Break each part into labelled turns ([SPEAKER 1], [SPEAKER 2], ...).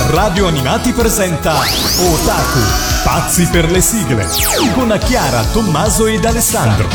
[SPEAKER 1] Radio Animati presenta Otaku, pazzi per le sigle, con Chiara, Tommaso ed Alessandro.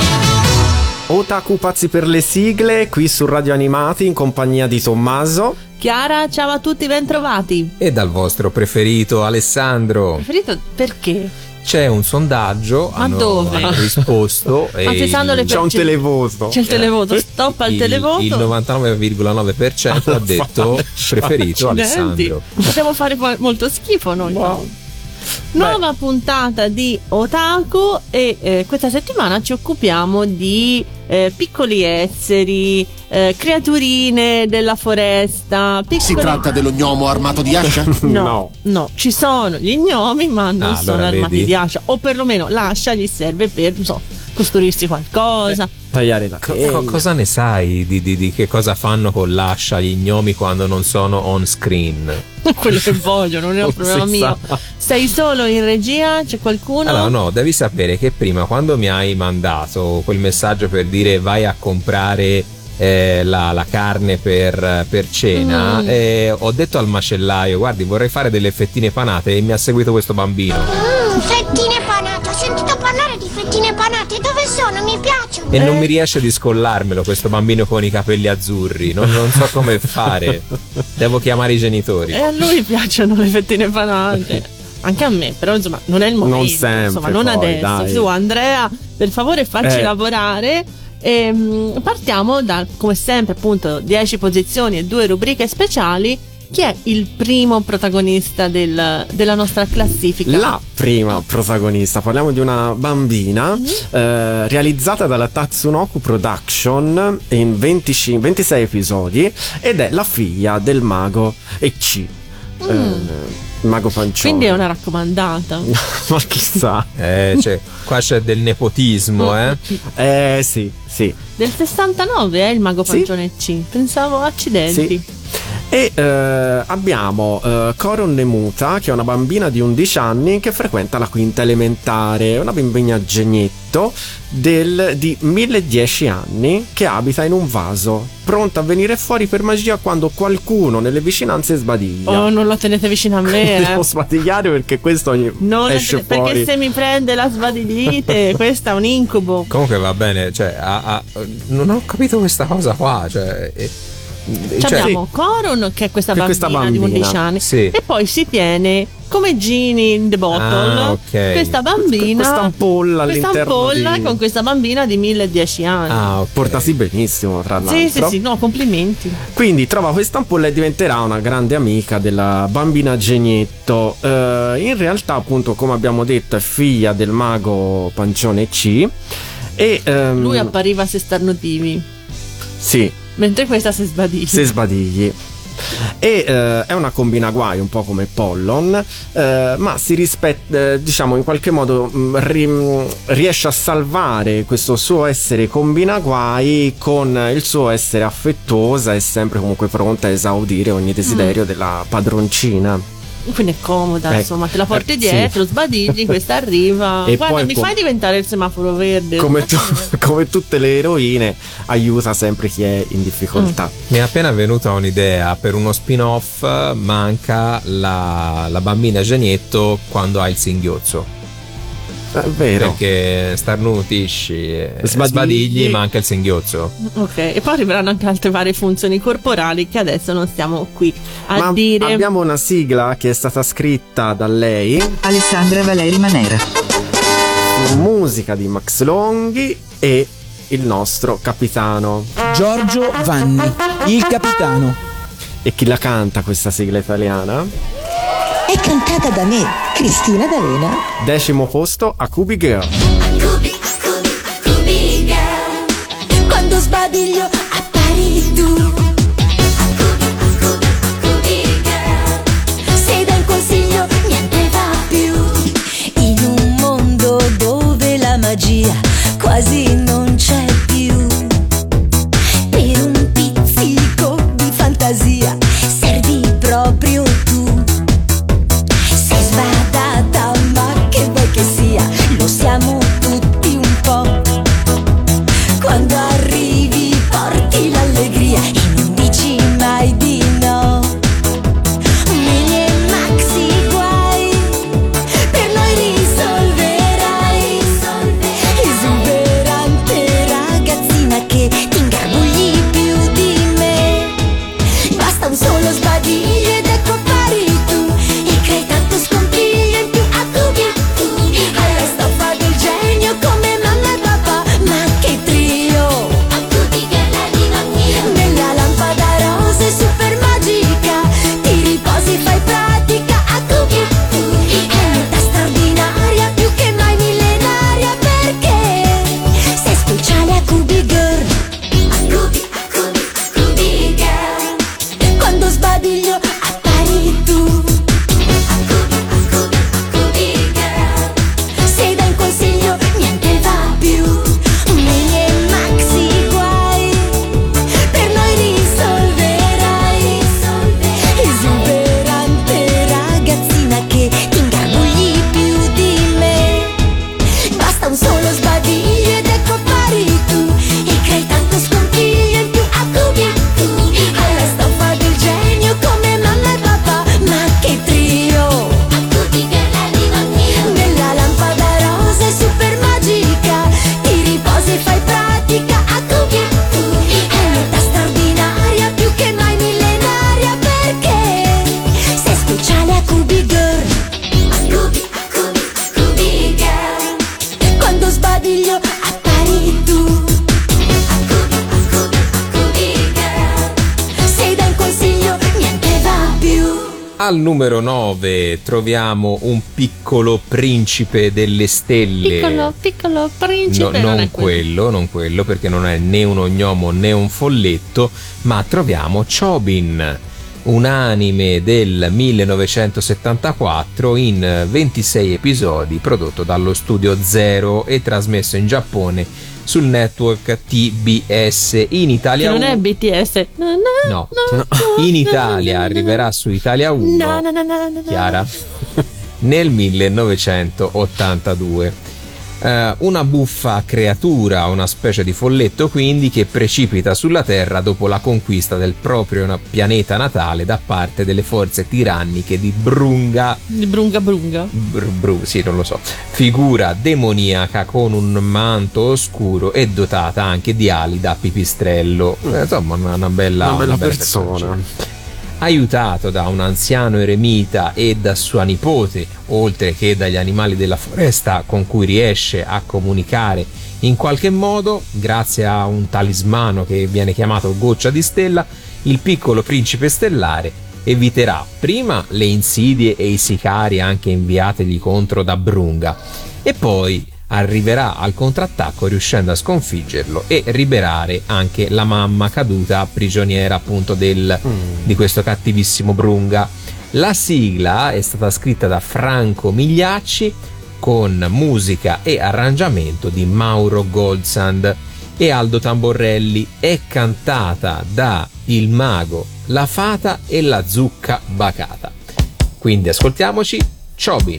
[SPEAKER 2] Otaku, pazzi per le sigle, qui su Radio Animati in compagnia di Tommaso.
[SPEAKER 3] Chiara, ciao a tutti, bentrovati.
[SPEAKER 4] E dal vostro preferito Alessandro.
[SPEAKER 3] Preferito perché?
[SPEAKER 4] C'è un sondaggio,
[SPEAKER 3] Ma dove?
[SPEAKER 4] hanno risposto e
[SPEAKER 2] C'è un televoto.
[SPEAKER 3] C'è il televoto, stop al televoto.
[SPEAKER 4] Il 99,9% ha detto preferito Alessandro.
[SPEAKER 3] Possiamo fare molto schifo noi.
[SPEAKER 2] Wow.
[SPEAKER 3] Nuova puntata di Otaku e questa settimana ci occupiamo di piccoli esseri, creaturine della foresta.
[SPEAKER 5] Si tratta dello gnomo armato di ascia?
[SPEAKER 3] No, ci sono gli gnomi, ma non sono
[SPEAKER 4] allora
[SPEAKER 3] armati
[SPEAKER 4] vedi.
[SPEAKER 3] di ascia, o perlomeno l'ascia gli serve per, non so, costruirsi qualcosa.
[SPEAKER 2] Tagliare la
[SPEAKER 4] Cosa ne sai di che cosa fanno con l'ascia gli gnomi quando non sono on screen?
[SPEAKER 3] Quello che voglio, non è un problema mio. Sei solo in regia? C'è qualcuno?
[SPEAKER 4] Allora no, devi sapere che prima, quando mi hai mandato quel messaggio per dire vai a comprare la carne per cena, ho detto al macellaio: guardi, vorrei fare delle fettine panate, e mi ha seguito questo bambino.
[SPEAKER 6] Fettine panate, ho sentito parlare di fettine panate, dove sono? Mi piacciono.
[SPEAKER 4] E non mi riesce di scollarmelo questo bambino con i capelli azzurri, non so come fare, devo chiamare i genitori.
[SPEAKER 3] E a lui piacciono le fettine panate. Anche a me, però insomma non è il momento.
[SPEAKER 2] Non sempre,
[SPEAKER 3] insomma, non
[SPEAKER 2] poi,
[SPEAKER 3] adesso.
[SPEAKER 2] dai.
[SPEAKER 3] Tu, Andrea, per favore facci lavorare. Partiamo da, come sempre, appunto, 10 posizioni e 2 rubriche speciali. Chi è il primo protagonista della nostra classifica?
[SPEAKER 2] La prima protagonista, parliamo di una bambina realizzata dalla Tatsunoko Production in 26 episodi ed è la figlia del mago Ecchi, il mago pancione.
[SPEAKER 3] Quindi è una raccomandata.
[SPEAKER 2] Ma chissà.
[SPEAKER 4] Qua c'è del nepotismo,
[SPEAKER 2] Sì.
[SPEAKER 3] Del 69 è il mago
[SPEAKER 2] Sì.
[SPEAKER 3] pancione C. Pensavo, accidenti.
[SPEAKER 2] Sì. E abbiamo Koron Nemuta, che è una bambina di 11 anni che frequenta la quinta elementare, una bambina genietto di 1010 anni che abita in un vaso, pronta a venire fuori per magia quando qualcuno nelle vicinanze sbadiglia.
[SPEAKER 3] Oh, non la tenete vicino a me,
[SPEAKER 2] Devo sbadigliare perché questo esce fuori.
[SPEAKER 3] Perché se mi prende la sbadiglite, questo è un incubo.
[SPEAKER 4] Comunque va bene, non ho capito questa cosa qua,
[SPEAKER 3] Abbiamo Koron, che è questa bambina di 11 anni,
[SPEAKER 4] sì.
[SPEAKER 3] e poi si tiene come Genie in the Bottle,
[SPEAKER 4] ok.
[SPEAKER 3] questa bambina,
[SPEAKER 2] questa ampolla all'interno
[SPEAKER 3] con questa bambina di 1010 anni.
[SPEAKER 4] ok.
[SPEAKER 2] Portasi benissimo, tra l'altro.
[SPEAKER 3] Sì, no, complimenti.
[SPEAKER 2] Quindi trova questa ampolla e diventerà una grande amica della bambina genietto. In realtà, appunto, come abbiamo detto, è figlia del mago pancione C. E
[SPEAKER 3] Lui appariva se starnutivi,
[SPEAKER 2] sì,
[SPEAKER 3] mentre questa si sbadiglia.
[SPEAKER 2] se sbadigli. E è una combinaguai un po' come Pollon, ma si rispetta, diciamo, in qualche modo riesce a salvare questo suo essere combinaguai con il suo essere affettuosa e sempre comunque pronta a esaudire ogni desiderio della padroncina.
[SPEAKER 3] Quindi è comoda, insomma, te la porti
[SPEAKER 2] sì.
[SPEAKER 3] dietro, sbadigli, questa arriva.
[SPEAKER 2] E
[SPEAKER 3] Guarda,
[SPEAKER 2] poi
[SPEAKER 3] mi fai diventare il semaforo verde.
[SPEAKER 2] Come tutte le eroine, aiuta sempre chi è in difficoltà.
[SPEAKER 4] Mi è appena venuta un'idea per uno spin-off. Manca la bambina genietto quando ha il singhiozzo,
[SPEAKER 2] È vero.
[SPEAKER 4] perché starnutisci e
[SPEAKER 2] Sbadigli.
[SPEAKER 4] sbadigli, manca il singhiozzo.
[SPEAKER 3] Ok, e poi arriveranno anche altre varie funzioni corporali che adesso non stiamo qui a
[SPEAKER 2] Ma
[SPEAKER 3] dire.
[SPEAKER 2] abbiamo una sigla che è stata scritta da lei,
[SPEAKER 7] Alessandra Valeri Manera.
[SPEAKER 2] su musica di Max Longhi e il nostro capitano.
[SPEAKER 8] Giorgio Vanni, il capitano.
[SPEAKER 2] E chi la canta questa sigla italiana?
[SPEAKER 9] È cantata da me, Cristina D'Alena.
[SPEAKER 2] 10° posto a Cubi Girl.
[SPEAKER 6] Quando sbadiglio appari tu. Se dai un consiglio niente va più. In un mondo dove la magia quasi non c'è più. Per un pizzico di fantasia servi proprio tu. Sei sbadata, ma che vuoi che sia, lo siamo tutti un po'. Quando arrivi porti l'allegria in sbadiglio appari tu. Se dai un consiglio niente va più. Mini e maxi guai per noi risolverai. Esuberante ragazzina che ti ingarbugli più di me. Basta un solo sbadiglio ed ecco appari tu. E crei tanto scompiglio in più a cubi. Alla stoffa del genio come mamma e papà. Ma che trio! Nella lampada rosa e super magica ti riposi e fai pratica a cubi. È un'età straordinaria, più che mai millenaria, perché sei speciale a Cubi Girl. Cubi Girl. Quando sbadiglio appari tu. Cubi Girl. Se dai un consiglio niente va più.
[SPEAKER 4] Al numero 9 troviamo un piccolo principe delle stelle.
[SPEAKER 3] Piccolo principe.
[SPEAKER 4] Non quello, perché non è né un ognomo né un folletto, ma troviamo Chobin, un anime del 1974 in 26 episodi, prodotto dallo studio Zero e trasmesso in Giappone sul network TBS. In Italia
[SPEAKER 3] Che non è BTS.
[SPEAKER 4] No. In Italia arriverà su Italia 1. Chiara? Nel 1982. Una buffa creatura, una specie di folletto quindi, che precipita sulla Terra dopo la conquista del proprio pianeta natale da parte delle forze tiranniche di Brunga. Sì, non lo so. Figura demoniaca con un manto oscuro e dotata anche di ali da pipistrello. Insomma, una bella persona. Aiutato da un anziano eremita e da sua nipote, oltre che dagli animali della foresta con cui riesce a comunicare in qualche modo, grazie a un talismano che viene chiamato Goccia di Stella, il piccolo principe stellare eviterà prima le insidie e i sicari anche inviategli contro da Brunga, e poi arriverà al contrattacco riuscendo a sconfiggerlo e liberare anche la mamma caduta prigioniera appunto di questo cattivissimo Brunga. La sigla è stata scritta da Franco Migliacci con musica e arrangiamento di Mauro Goldsand e Aldo Tamborelli, è cantata da Il Mago, la Fata e la Zucca Bacata. Quindi ascoltiamoci Chobin.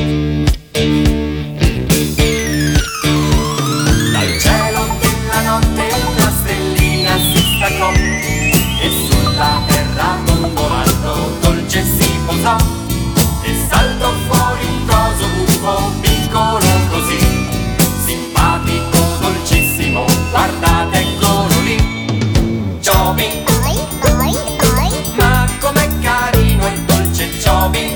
[SPEAKER 10] E sulla terra dondolando dolce si posò e saltò fuori un coso buffo piccolo così, simpatico, dolcissimo, guardate eccolo lì. Chobin, ma com'è carino e dolce Chobin,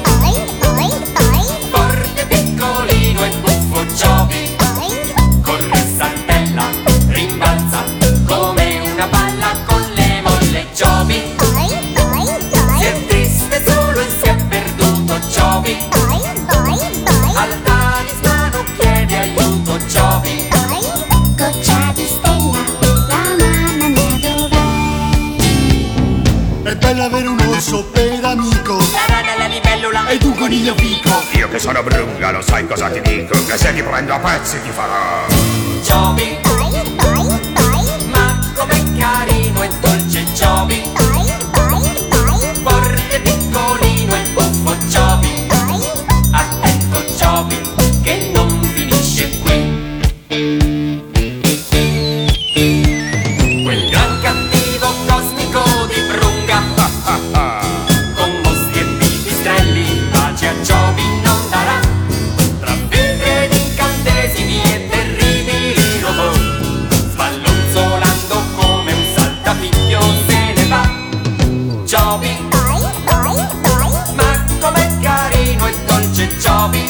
[SPEAKER 10] forte, piccolino e buffo Chobin, corre, saltella, rimbalza come una palla con le molle Chobin, si è triste solo e si è perduto Chobin, al talismano chiede aiuto Chobin, Goccia di Stella, la mamma mia dov'è?
[SPEAKER 11] È bello avere un orso per amico,
[SPEAKER 10] la rana, la libellula
[SPEAKER 11] ed un coniglio fico.
[SPEAKER 12] Io che sono Brunga, lo sai cosa ti dico? Che se ti prendo a pezzi ti farò
[SPEAKER 10] Chobin, ma com'è carino e dolce Chobin, forte, piccolino e buffo Chobin, attento Chobin che non finisce qui. Quel gran cattivo cosmico di Brunga con mostri e pipistrelli pace a Chobin non darà, tra filtri ed incantesimi e terribili robot, sballonzolando come un saltapicchio se ne va. Chobin, ma com'è carino e dolce Chobin,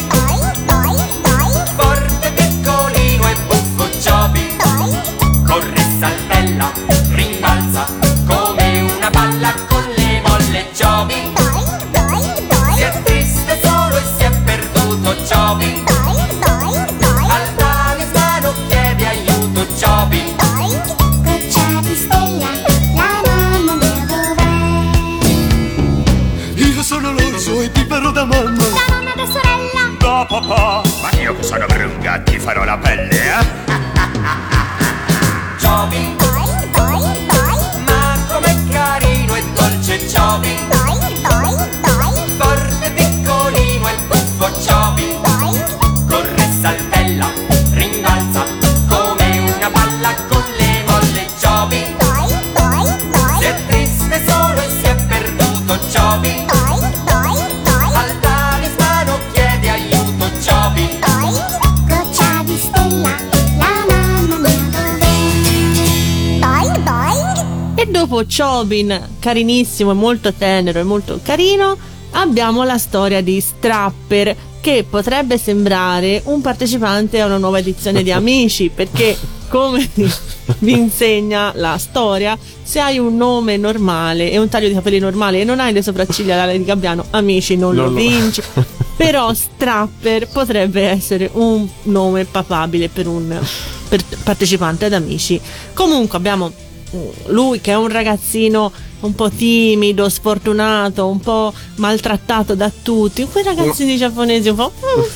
[SPEAKER 10] forte, piccolino e buffo Chobin, corre, saltella, rimbalza come una palla con le molle Chobin, si è triste solo e si è perduto Chobin, al talismano chiede aiuto Chobin, Goccia di Stella, la mamma mia dov'è?
[SPEAKER 11] libero da mamma.
[SPEAKER 6] Da mamma, da sorella.
[SPEAKER 12] Da papà. Ma io che sono brunga ti farò la pelle,
[SPEAKER 10] Joby,
[SPEAKER 6] Boing, boing, boing.
[SPEAKER 10] ma com'è carino e dolce Joby.
[SPEAKER 6] Boing, boing, boing.
[SPEAKER 10] Forte, piccolino e buffo Joby.
[SPEAKER 6] Boing.
[SPEAKER 10] Corre, saltella, rimbalza come una palla con le molle Joby.
[SPEAKER 6] Boing, boing,
[SPEAKER 10] Se
[SPEAKER 6] boing.
[SPEAKER 10] è triste solo e si è perduto Joby,
[SPEAKER 6] Boing, boing, boing.
[SPEAKER 10] al talismano chiede aiuto Joby.
[SPEAKER 6] Boing. Goccia di stella, la mamma mia dov'è? Boing, boing.
[SPEAKER 3] E dopo Chobin, carinissimo e molto tenero e molto carino, abbiamo la storia di Strapper, che potrebbe sembrare un partecipante a una nuova edizione di Amici, perché come vi insegna la storia, se hai un nome normale e un taglio di capelli normale e non hai le sopracciglia alla Lady Gabbiano, Amici non lo vinci. Però Strapper potrebbe essere un nome papabile per un partecipante ad Amici. Comunque abbiamo lui che è un ragazzino un po' timido, sfortunato, un po' maltrattato da tutti, quei ragazzini giapponesi un po'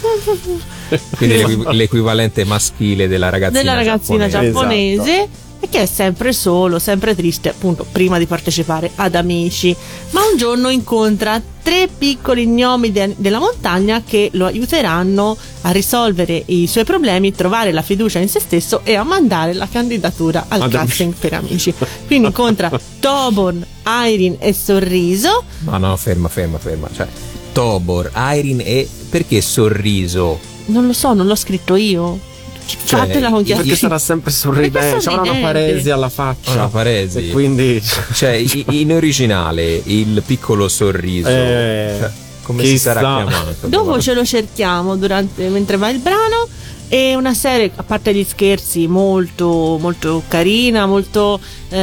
[SPEAKER 4] Quindi l'equivalente maschile della ragazzina
[SPEAKER 3] giapponese.
[SPEAKER 2] Esatto.
[SPEAKER 3] E che è sempre solo, sempre triste, appunto, prima di partecipare ad Amici. Ma un giorno incontra 3 piccoli gnomi della montagna che lo aiuteranno a risolvere i suoi problemi, trovare la fiducia in se stesso e a mandare la candidatura al casting per Amici. Quindi incontra Tobor, Irene e Sorriso.
[SPEAKER 4] Ma no, ferma. Cioè, Tobor, Irene e perché Sorriso?
[SPEAKER 3] Non lo so, non l'ho scritto io. Fatela con chi ha
[SPEAKER 2] Perché
[SPEAKER 3] scritto.
[SPEAKER 2] sarà sempre sorridente, c'avrà una paresi alla faccia.
[SPEAKER 4] Una paresi.
[SPEAKER 2] E quindi
[SPEAKER 4] cioè in originale il piccolo Sorriso. Cioè, come si sarà chiamato?
[SPEAKER 3] Dopo ce lo cerchiamo mentre va il brano. È una serie, a parte gli scherzi, molto molto carina, molto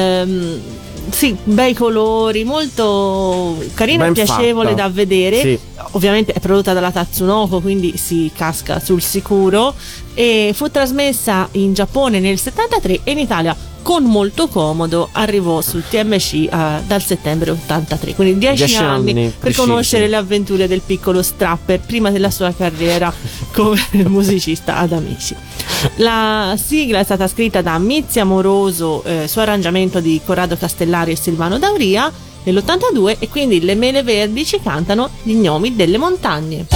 [SPEAKER 3] sì, bei colori, molto carina e piacevole
[SPEAKER 2] fatta
[SPEAKER 3] da vedere.
[SPEAKER 2] Sì.
[SPEAKER 3] Ovviamente è prodotta dalla Tatsunoko, quindi si casca sul sicuro, e fu trasmessa in Giappone nel 73 e in Italia con molto comodo arrivò sul TMC dal settembre 83, quindi 10 anni per
[SPEAKER 2] precisi.
[SPEAKER 3] conoscere le avventure del piccolo Strapper prima della sua carriera come musicista ad Amici. La sigla è stata scritta da Mizzi Amoroso su arrangiamento di Corrado Castellari e Silvano Dauria nell'82, e quindi le mele verdi ci cantano gli gnomi delle montagne.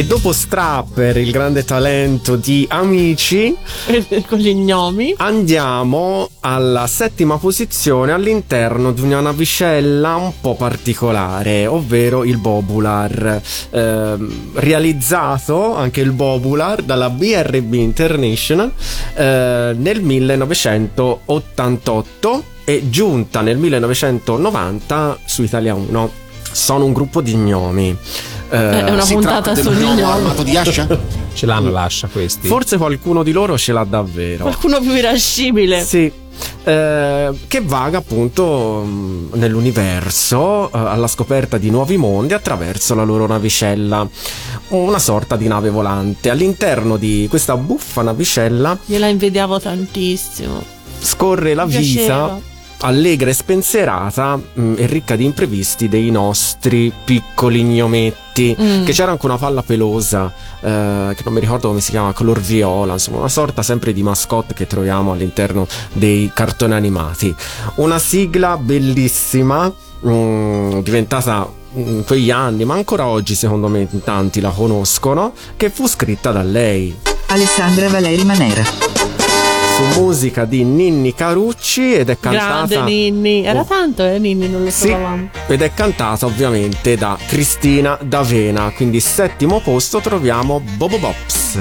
[SPEAKER 2] E dopo Strapper, il grande talento di Amici,
[SPEAKER 3] con gli gnomi,
[SPEAKER 2] andiamo alla settima posizione all'interno di una navicella un po' particolare, ovvero il Bobular, realizzato anche il Bobular dalla BRB International nel 1988 e giunta nel 1990 su Italia 1. Sono un gruppo di gnomi.
[SPEAKER 3] È una puntata sugli gnomi
[SPEAKER 5] armato di ascia?
[SPEAKER 4] Ce l'hanno l'ascia questi?
[SPEAKER 2] Forse qualcuno di loro ce l'ha davvero.
[SPEAKER 3] Qualcuno più irascibile.
[SPEAKER 2] Sì. Che vaga appunto nell'universo alla scoperta di nuovi mondi attraverso la loro navicella, una sorta di nave volante. All'interno di questa buffa navicella
[SPEAKER 3] gliela invidiavo tantissimo.
[SPEAKER 2] Scorre la vita allegra e spensierata e ricca di imprevisti dei nostri piccoli gnometti, che c'era anche una palla pelosa che non mi ricordo come si chiama, color viola, insomma una sorta sempre di mascotte che troviamo all'interno dei cartoni animati. Una sigla bellissima, diventata in quegli anni, ma ancora oggi secondo me in tanti la conoscono, che fu scritta da lei,
[SPEAKER 7] Alessandra Valeri Manera,
[SPEAKER 2] su musica di Ninni Carucci, ed è cantata...
[SPEAKER 3] Grande Ninni, era tanto Ninni, non lo sapevamo.
[SPEAKER 2] Ed è cantata ovviamente da Cristina D'Avena, quindi settimo posto troviamo Bobo Bops.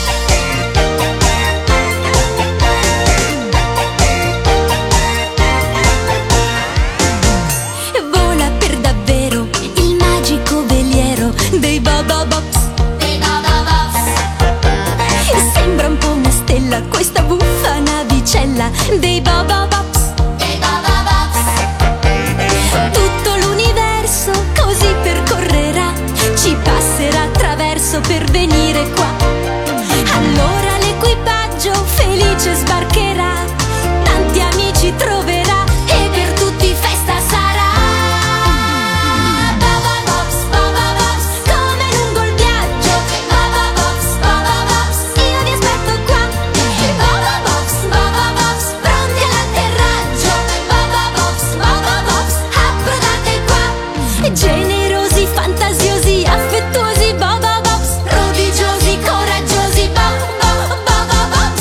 [SPEAKER 6] Vola per davvero il magico veliero dei Bobo Bops. Sembra un po' una stella questa buffa navicella dei Bobo Bops. Tutto l'universo così percorrerà, ci passerà attraverso per venire qua. Allora l'equipaggio felice sbarcherà, tanti amici troverà e per tutti festa sarà. Bobo Bops, come lungo il viaggio. Bobo Bops, io vi aspetto qua. Bobo Bops, pronti all'atterraggio. Bobo Bops, approdate qua. Generosi, fantasiosi, affettuosi Bobo Bops, prodigiosi, coraggiosi Bobo Bops.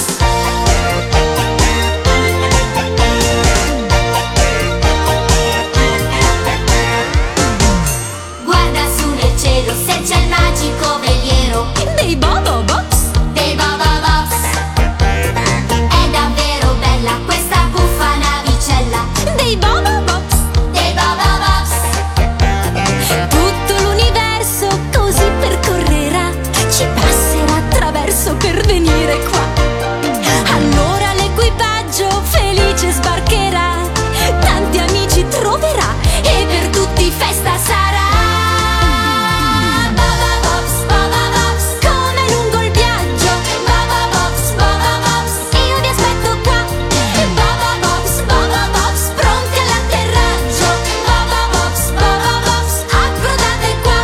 [SPEAKER 6] Guarda su nel cielo se c'è il magico veliero dei Bobo Bops. Dei Bobo Bops. È davvero bella questa buffa navicella dei Bobo Bops. Dei Bobo Bops. Tutto l'universo così percorrerà, ci passerà attraverso per venire qua. Allora l'equipaggio felice sbarcherà, tanti amici troverà e per tutti festa sarà. Bobo Bops, come lungo il viaggio. Bobo Bops, io vi aspetto qua. Bobo Bops, pronti all'atterraggio. Bobo Bops, approdate qua.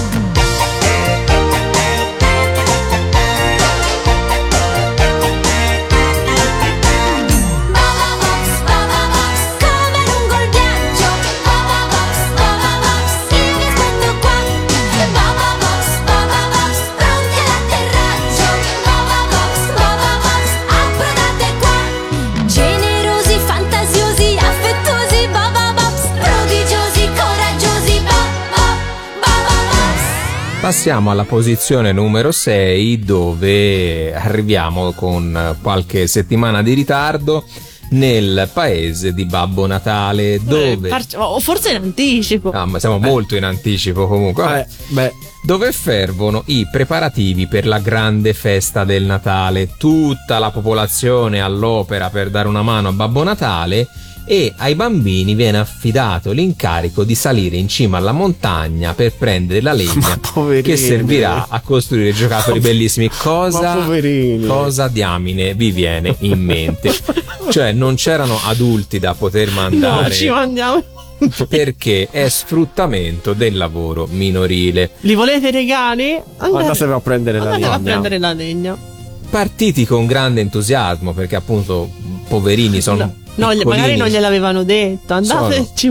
[SPEAKER 6] Bobo Bops, come lungo il viaggio. Bobo Bops, io vi aspetto qua. Bobo Bops, pronti all'atterraggio. Bobo Bops, approdate qua. Generosi, fantasiosi, affettuosi Bobo Bops, prodigiosi, coraggiosi Bobo Bops.
[SPEAKER 4] Passiamo alla posizione numero 6, dove arriviamo con qualche settimana di ritardo nel paese di Babbo Natale, dove...
[SPEAKER 3] O forse in anticipo.
[SPEAKER 4] Ah, ma siamo molto in anticipo comunque. Dove fervono i preparativi per la grande festa del Natale. Tutta la popolazione all'opera per dare una mano a Babbo Natale, e ai bambini viene affidato l'incarico di salire in cima alla montagna per prendere la legna che servirà a costruire giocattoli bellissimi. Cosa diamine vi viene in mente? Cioè non c'erano adulti da poter mandare.
[SPEAKER 3] No, ci mandiamo.
[SPEAKER 4] Perché è sfruttamento del lavoro minorile.
[SPEAKER 3] Li volete regali?
[SPEAKER 2] Andatevelo a prendere la legna.
[SPEAKER 3] A prendere la legna.
[SPEAKER 4] Partiti con grande entusiasmo, perché appunto poverini sono
[SPEAKER 3] No, magari non gliel'avevano detto. Andateci.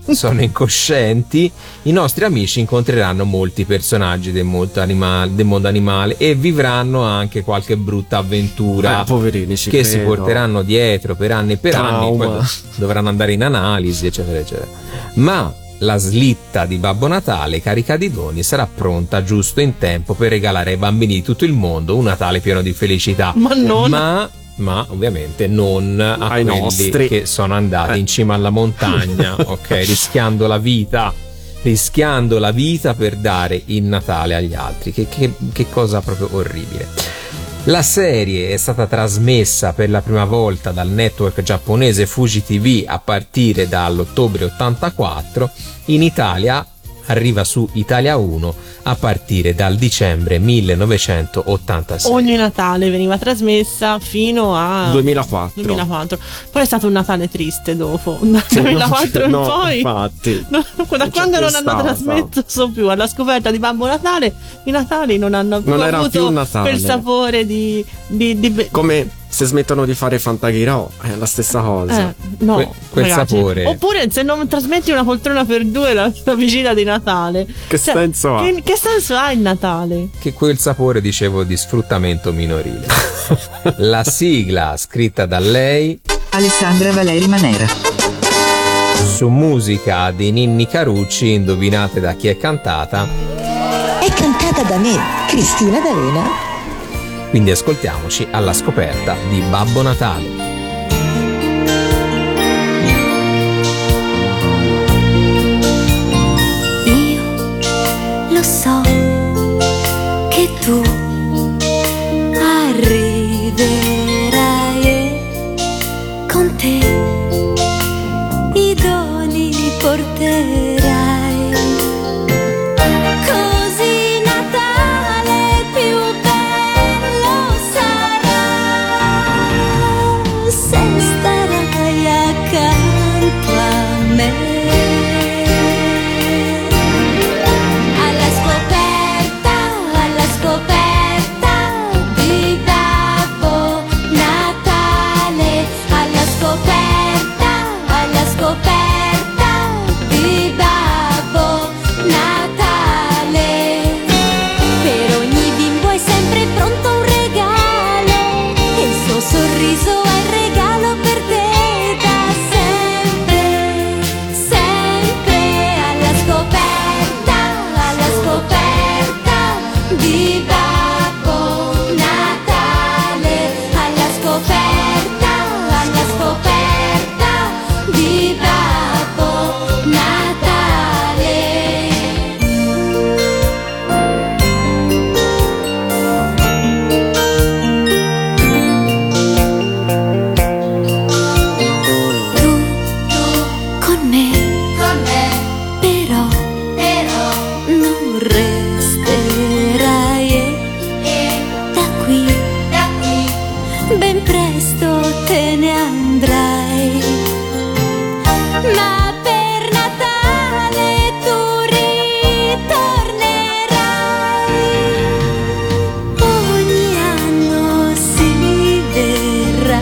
[SPEAKER 4] sono incoscienti, i nostri amici incontreranno molti personaggi del mondo animale e vivranno anche qualche brutta avventura
[SPEAKER 2] poverini,
[SPEAKER 4] che si porteranno dietro per anni e per anni, poi dovranno andare in analisi, eccetera eccetera. Ma la slitta di Babbo Natale carica di doni sarà pronta giusto in tempo per regalare ai bambini di tutto il mondo un Natale pieno di felicità, ma ovviamente non a
[SPEAKER 2] ai
[SPEAKER 4] quelli
[SPEAKER 2] nostri
[SPEAKER 4] che sono andati in cima alla montagna, ok, rischiando la vita per dare il Natale agli altri. Che cosa proprio orribile. La serie è stata trasmessa per la prima volta dal network giapponese Fuji TV a partire dall'ottobre 84. In Italia arriva su Italia 1 a partire dal dicembre 1986.
[SPEAKER 3] Ogni Natale veniva trasmessa fino a 2004. Poi è stato un Natale triste dopo. Dal 2004 in poi.
[SPEAKER 2] Infatti.
[SPEAKER 3] Da quando non hanno trasmesso più, alla scoperta di Babbo Natale, i Natali non hanno più avuto quel sapore di
[SPEAKER 2] come se smettono di fare Fantaghirò, è la stessa cosa.
[SPEAKER 3] No,
[SPEAKER 4] quel
[SPEAKER 3] ragazzi,
[SPEAKER 4] sapore.
[SPEAKER 3] Oppure se non trasmetti una poltrona per due la vigilia di Natale.
[SPEAKER 2] Che senso ha?
[SPEAKER 3] Che senso ha il Natale?
[SPEAKER 4] Che quel sapore, dicevo, di sfruttamento minorile. La sigla scritta da lei,
[SPEAKER 7] Alessandra Valeri Manera,
[SPEAKER 4] su musica di Ninni Carucci. Indovinate da chi è cantata?
[SPEAKER 9] È cantata da me, Cristina D'Avena.
[SPEAKER 4] Quindi ascoltiamoci Alla scoperta di Babbo Natale.
[SPEAKER 6] Io lo so che tu arriverai e con te i doni porterai. Così Natale più bello sarà se starai accanto a me. Alla scoperta di Babbo Natale. Alla scoperta di Babbo Natale. Per ogni bimbo è sempre pronto un regalo e il suo sorriso è il regalo per te da sempre, sempre. Alla scoperta di Babbo Natale. Alla scoperta di Babbo Natale. Tu con me, però non resterai e da qui ben presto te ne andrai. Ma per Natale tu ritornerai. Ogni anno si verrà.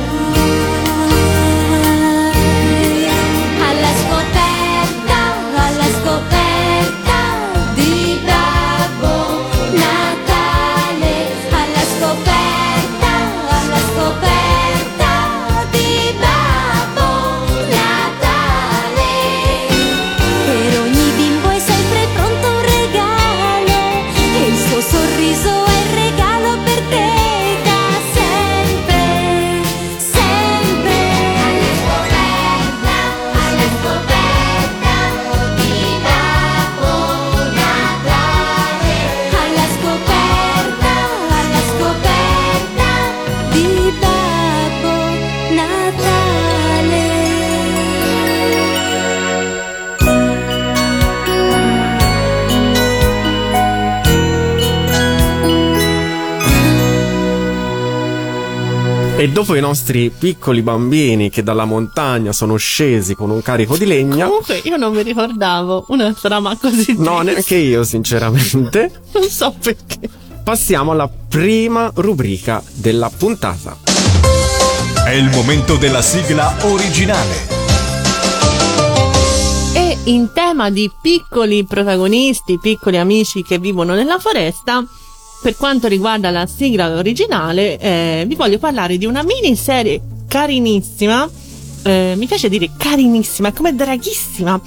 [SPEAKER 6] Alla scoperta di Babbo Natale. Alla scoperta di Babbo Natale. Per ogni bimbo è sempre pronto un regalo e il suo sorriso è il regalo per te da sempre, sempre. Alla scoperta di Babbo Natale. Alla scoperta di Babbo Natale.
[SPEAKER 2] E dopo i nostri piccoli bambini che dalla montagna sono scesi con un carico di legna.
[SPEAKER 3] Comunque io non mi ricordavo una trama così triste.
[SPEAKER 2] No, neanche io sinceramente.
[SPEAKER 3] Non so perché.
[SPEAKER 2] Passiamo alla prima rubrica della puntata.
[SPEAKER 1] È il momento della sigla originale.
[SPEAKER 3] E in tema di piccoli protagonisti, piccoli amici che vivono nella foresta, per quanto riguarda la sigla originale, vi voglio parlare di una miniserie carinissima, mi piace dire carinissima, come draghissima,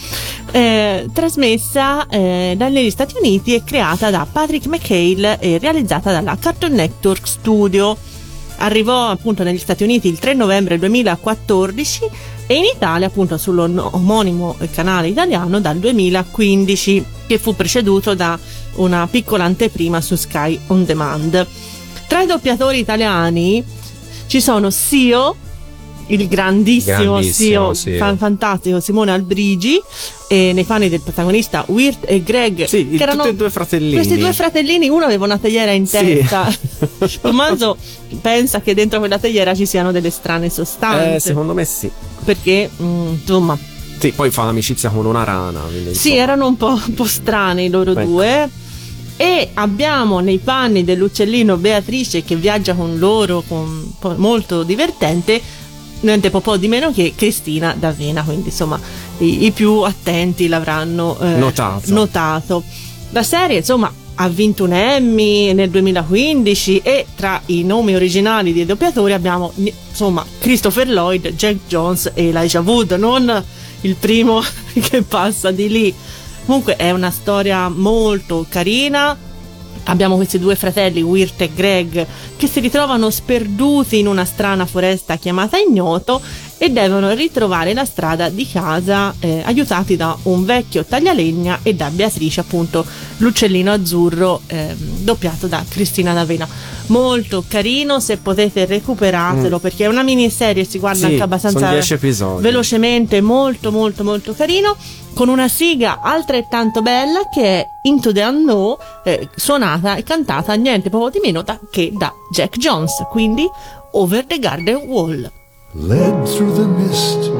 [SPEAKER 3] trasmessa negli Stati Uniti e creata da Patrick McHale e realizzata dalla Cartoon Network Studio. Arrivò appunto negli Stati Uniti il 3 novembre 2014 e in Italia appunto sull'omonimo canale italiano dal 2015, che fu preceduto da una piccola anteprima su Sky On Demand. Tra i doppiatori italiani ci sono Sio, il grandissimo Sio, fantastico Simone Albrigi, e nei panni del protagonista Wirt e Greg,
[SPEAKER 2] sì,
[SPEAKER 3] che erano
[SPEAKER 2] tutti e due fratellini.
[SPEAKER 3] Questi due fratellini, uno aveva una teiera in testa. Tommaso pensa che dentro quella teiera ci siano delle strane sostanze.
[SPEAKER 2] Secondo me sì.
[SPEAKER 3] Perché, insomma...
[SPEAKER 2] Sì, poi fa amicizia con una rana.
[SPEAKER 3] Sì, erano un po' strani loro due. E abbiamo nei panni dell'uccellino Beatrice che viaggia con loro, molto divertente, niente po' di meno che Cristina D'Avena, quindi insomma i più attenti l'avranno notato. La serie insomma ha vinto un Emmy nel 2015 e tra i nomi originali dei doppiatori abbiamo insomma Christopher Lloyd, Jack Jones e Elijah Wood, non il primo che passa di lì. Comunque è una storia molto carina. Abbiamo questi due fratelli, Wirt e Greg, che si ritrovano sperduti in una strana foresta chiamata Ignoto e devono ritrovare la strada di casa, aiutati da un vecchio taglialegna e da Beatrice, appunto l'uccellino azzurro, doppiato da Cristina D'Avena. Molto carino, se potete recuperatelo, perché è una miniserie, si guarda anche abbastanza
[SPEAKER 2] sono 10 episodi.
[SPEAKER 3] Velocemente, molto molto molto carino, con una sigla altrettanto bella che è Into the Unknown, suonata e cantata niente poco di meno che da Jack Jones, quindi Over the Garden Wall.
[SPEAKER 13] Led through the mist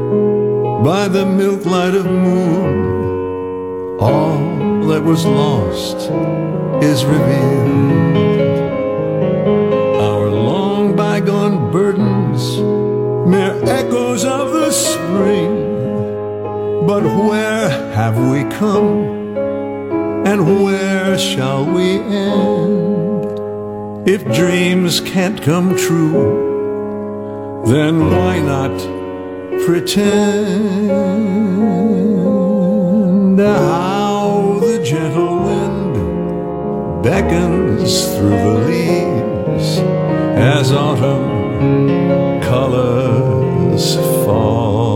[SPEAKER 13] by the milk light of moon, all that was lost is revealed. Our long bygone burdens, mere echoes of the spring. But where have we come, and where shall we end? If dreams can't come true, then why not pretend? How the gentle wind beckons through the leaves as autumn colors fall.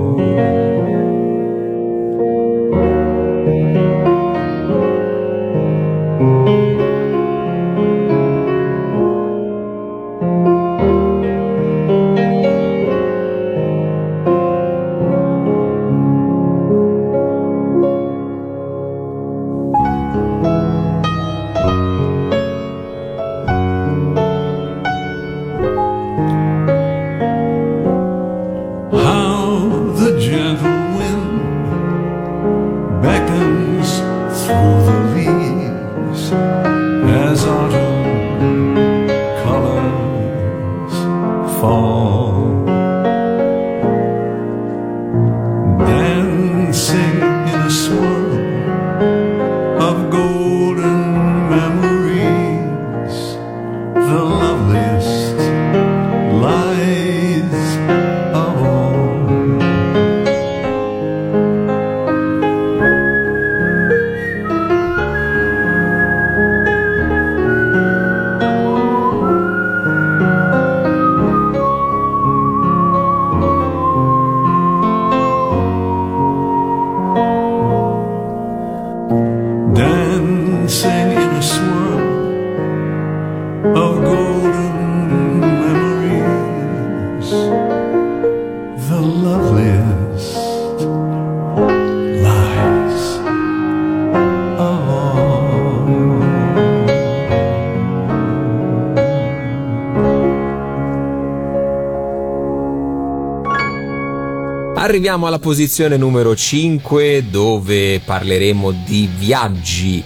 [SPEAKER 4] Arriviamo alla posizione numero 5, dove parleremo di viaggi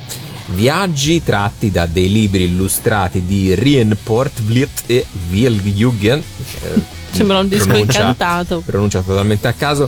[SPEAKER 4] tratti da dei libri illustrati di Rien Poortvliet e Wiljuggen,
[SPEAKER 3] sembra un disco incantato,
[SPEAKER 4] pronuncia totalmente a caso,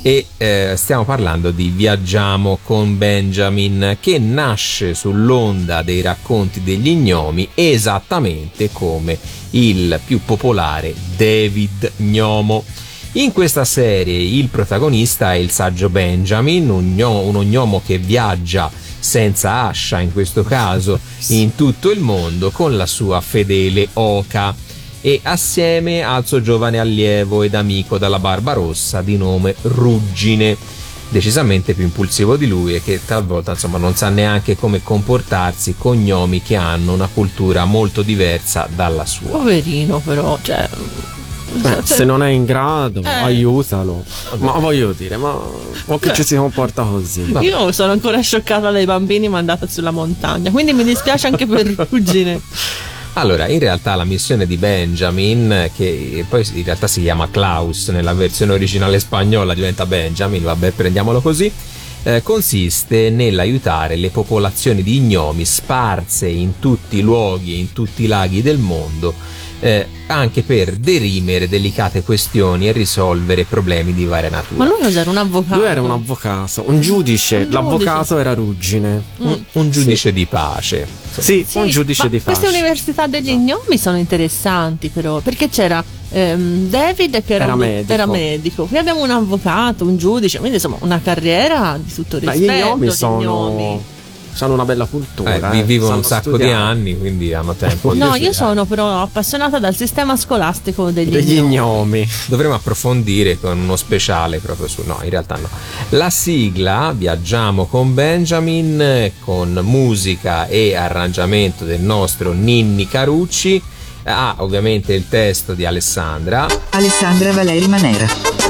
[SPEAKER 4] e stiamo parlando di Viaggiamo con Benjamin, che nasce sull'onda dei racconti degli gnomi, esattamente come il più popolare David Gnomo. In questa serie il protagonista è il saggio Benjamin, uno gnomo che viaggia senza ascia, in questo caso in tutto il mondo, con la sua fedele oca e assieme al suo giovane allievo ed amico dalla barba rossa di nome Ruggine, decisamente più impulsivo di lui e che talvolta insomma non sa neanche come comportarsi con gnomi che hanno una cultura molto diversa dalla sua.
[SPEAKER 3] Poverino, però, cioè...
[SPEAKER 2] se non è in grado, aiutalo. Ma voglio dire, ma che ci si comporta così?
[SPEAKER 3] Io sono ancora scioccata dai bambini mandati sulla montagna, quindi mi dispiace anche per Ruggine.
[SPEAKER 4] Allora, in realtà la missione di Benjamin, che poi in realtà si chiama Klaus, nella versione originale spagnola diventa Benjamin, vabbè, prendiamolo così, consiste nell'aiutare le popolazioni di gnomi sparse in tutti i luoghi e in tutti i laghi del mondo, anche per derimere delicate questioni e risolvere problemi di varia natura.
[SPEAKER 3] Ma lui cos'era, un avvocato?
[SPEAKER 2] Lui era un avvocato, un giudice. L'avvocato era Ruggine.
[SPEAKER 4] Un giudice di pace.
[SPEAKER 2] Sì, un giudice di pace.
[SPEAKER 3] Queste università degli gnomi sono interessanti, però, perché c'era David che era medico. Qui abbiamo un avvocato, un giudice, quindi insomma una carriera di tutto rispetto.
[SPEAKER 2] Gli gnomi hanno una bella cultura.
[SPEAKER 4] Vivono un sacco di anni, quindi hanno tempo di
[SPEAKER 3] io sono però appassionata dal sistema scolastico
[SPEAKER 2] degli gnomi.
[SPEAKER 4] Dovremmo approfondire con uno speciale proprio su... No, in realtà no. La sigla Viaggiamo con Benjamin, con musica e arrangiamento del nostro Ninni Carucci, ha ovviamente il testo di Alessandra
[SPEAKER 7] Valeri Manera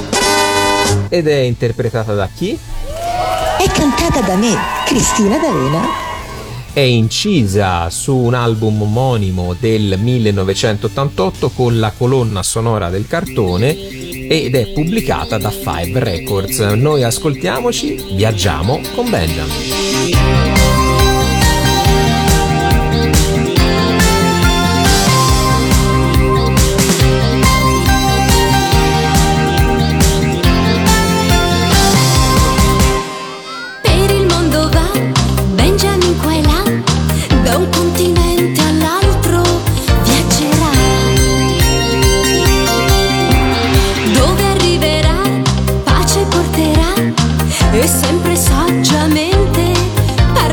[SPEAKER 4] ed è interpretata da chi?
[SPEAKER 9] È cantata da me, Cristina D'Avena.
[SPEAKER 4] È incisa su un album omonimo del 1988 con la colonna sonora del cartone ed è pubblicata da Five Records. Noi ascoltiamoci Viaggiamo con Benjamin.
[SPEAKER 6] E sempre saggiamente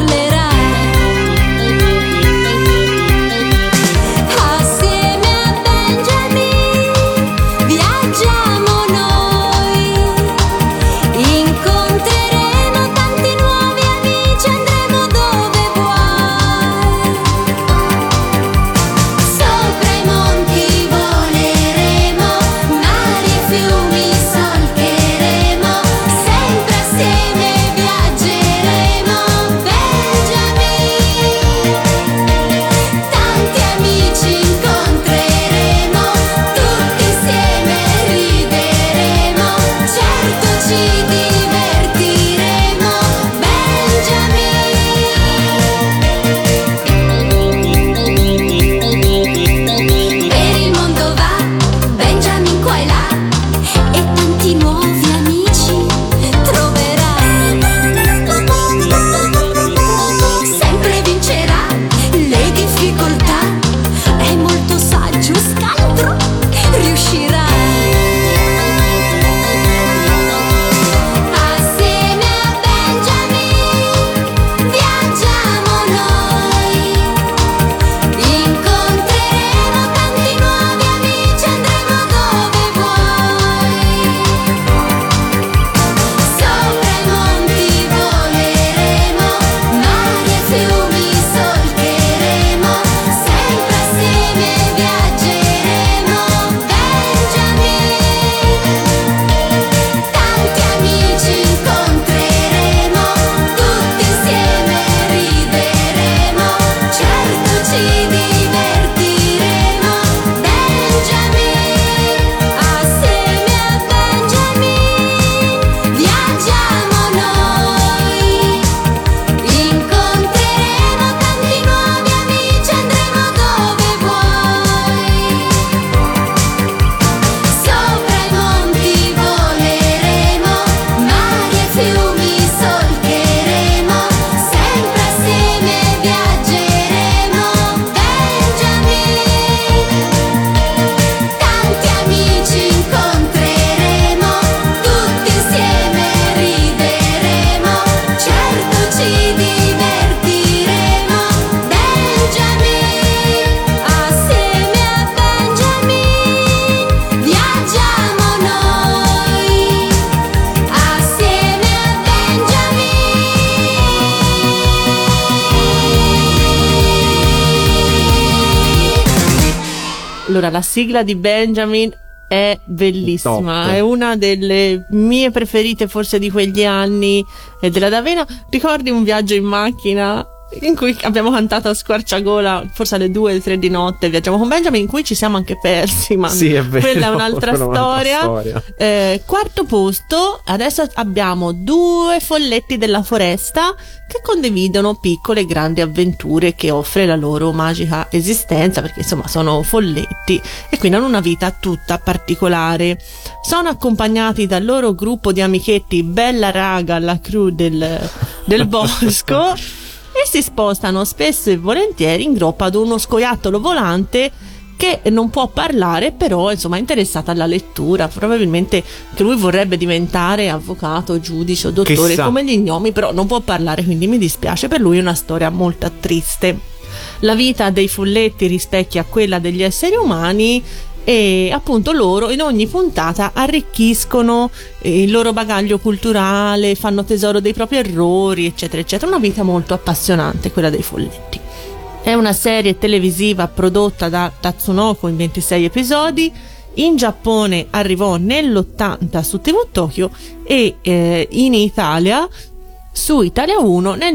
[SPEAKER 3] Allora, la sigla di Benjamin è bellissima,
[SPEAKER 2] Top.
[SPEAKER 3] è una delle mie preferite forse di quegli anni della D'Avena. Ricordi un viaggio in macchina in cui abbiamo cantato a squarciagola, forse alle 2 o 3 di notte, viaggiamo con Benjamin, in cui ci siamo anche persi, ma
[SPEAKER 2] Sì, è vero,
[SPEAKER 3] quella è un'altra
[SPEAKER 2] quella è un'altra
[SPEAKER 3] storia.
[SPEAKER 2] storia.
[SPEAKER 3] Quarto posto, adesso abbiamo 2 folletti della foresta che condividono piccole e grandi avventure che offre la loro magica esistenza, perché insomma sono folletti e quindi hanno una vita tutta particolare. Sono accompagnati dal loro gruppo di amichetti Bella Raga, la crew del bosco, e si spostano spesso e volentieri in gruppo ad uno scoiattolo volante che non può parlare, però insomma è interessata alla lettura. Probabilmente che lui vorrebbe diventare avvocato, giudice o dottore,
[SPEAKER 2] Chissà.
[SPEAKER 3] come gli gnomi, però non può parlare, quindi mi dispiace per lui. È una storia molto triste. La vita dei folletti rispecchia quella degli esseri umani e appunto loro in ogni puntata arricchiscono il loro bagaglio culturale, fanno tesoro dei propri errori, eccetera eccetera. Una vita molto appassionante quella dei folletti. È una serie televisiva prodotta da Tatsunoko in 26 episodi. In Giappone arrivò nell'80 su TV Tokyo e in Italia su Italia 1 nel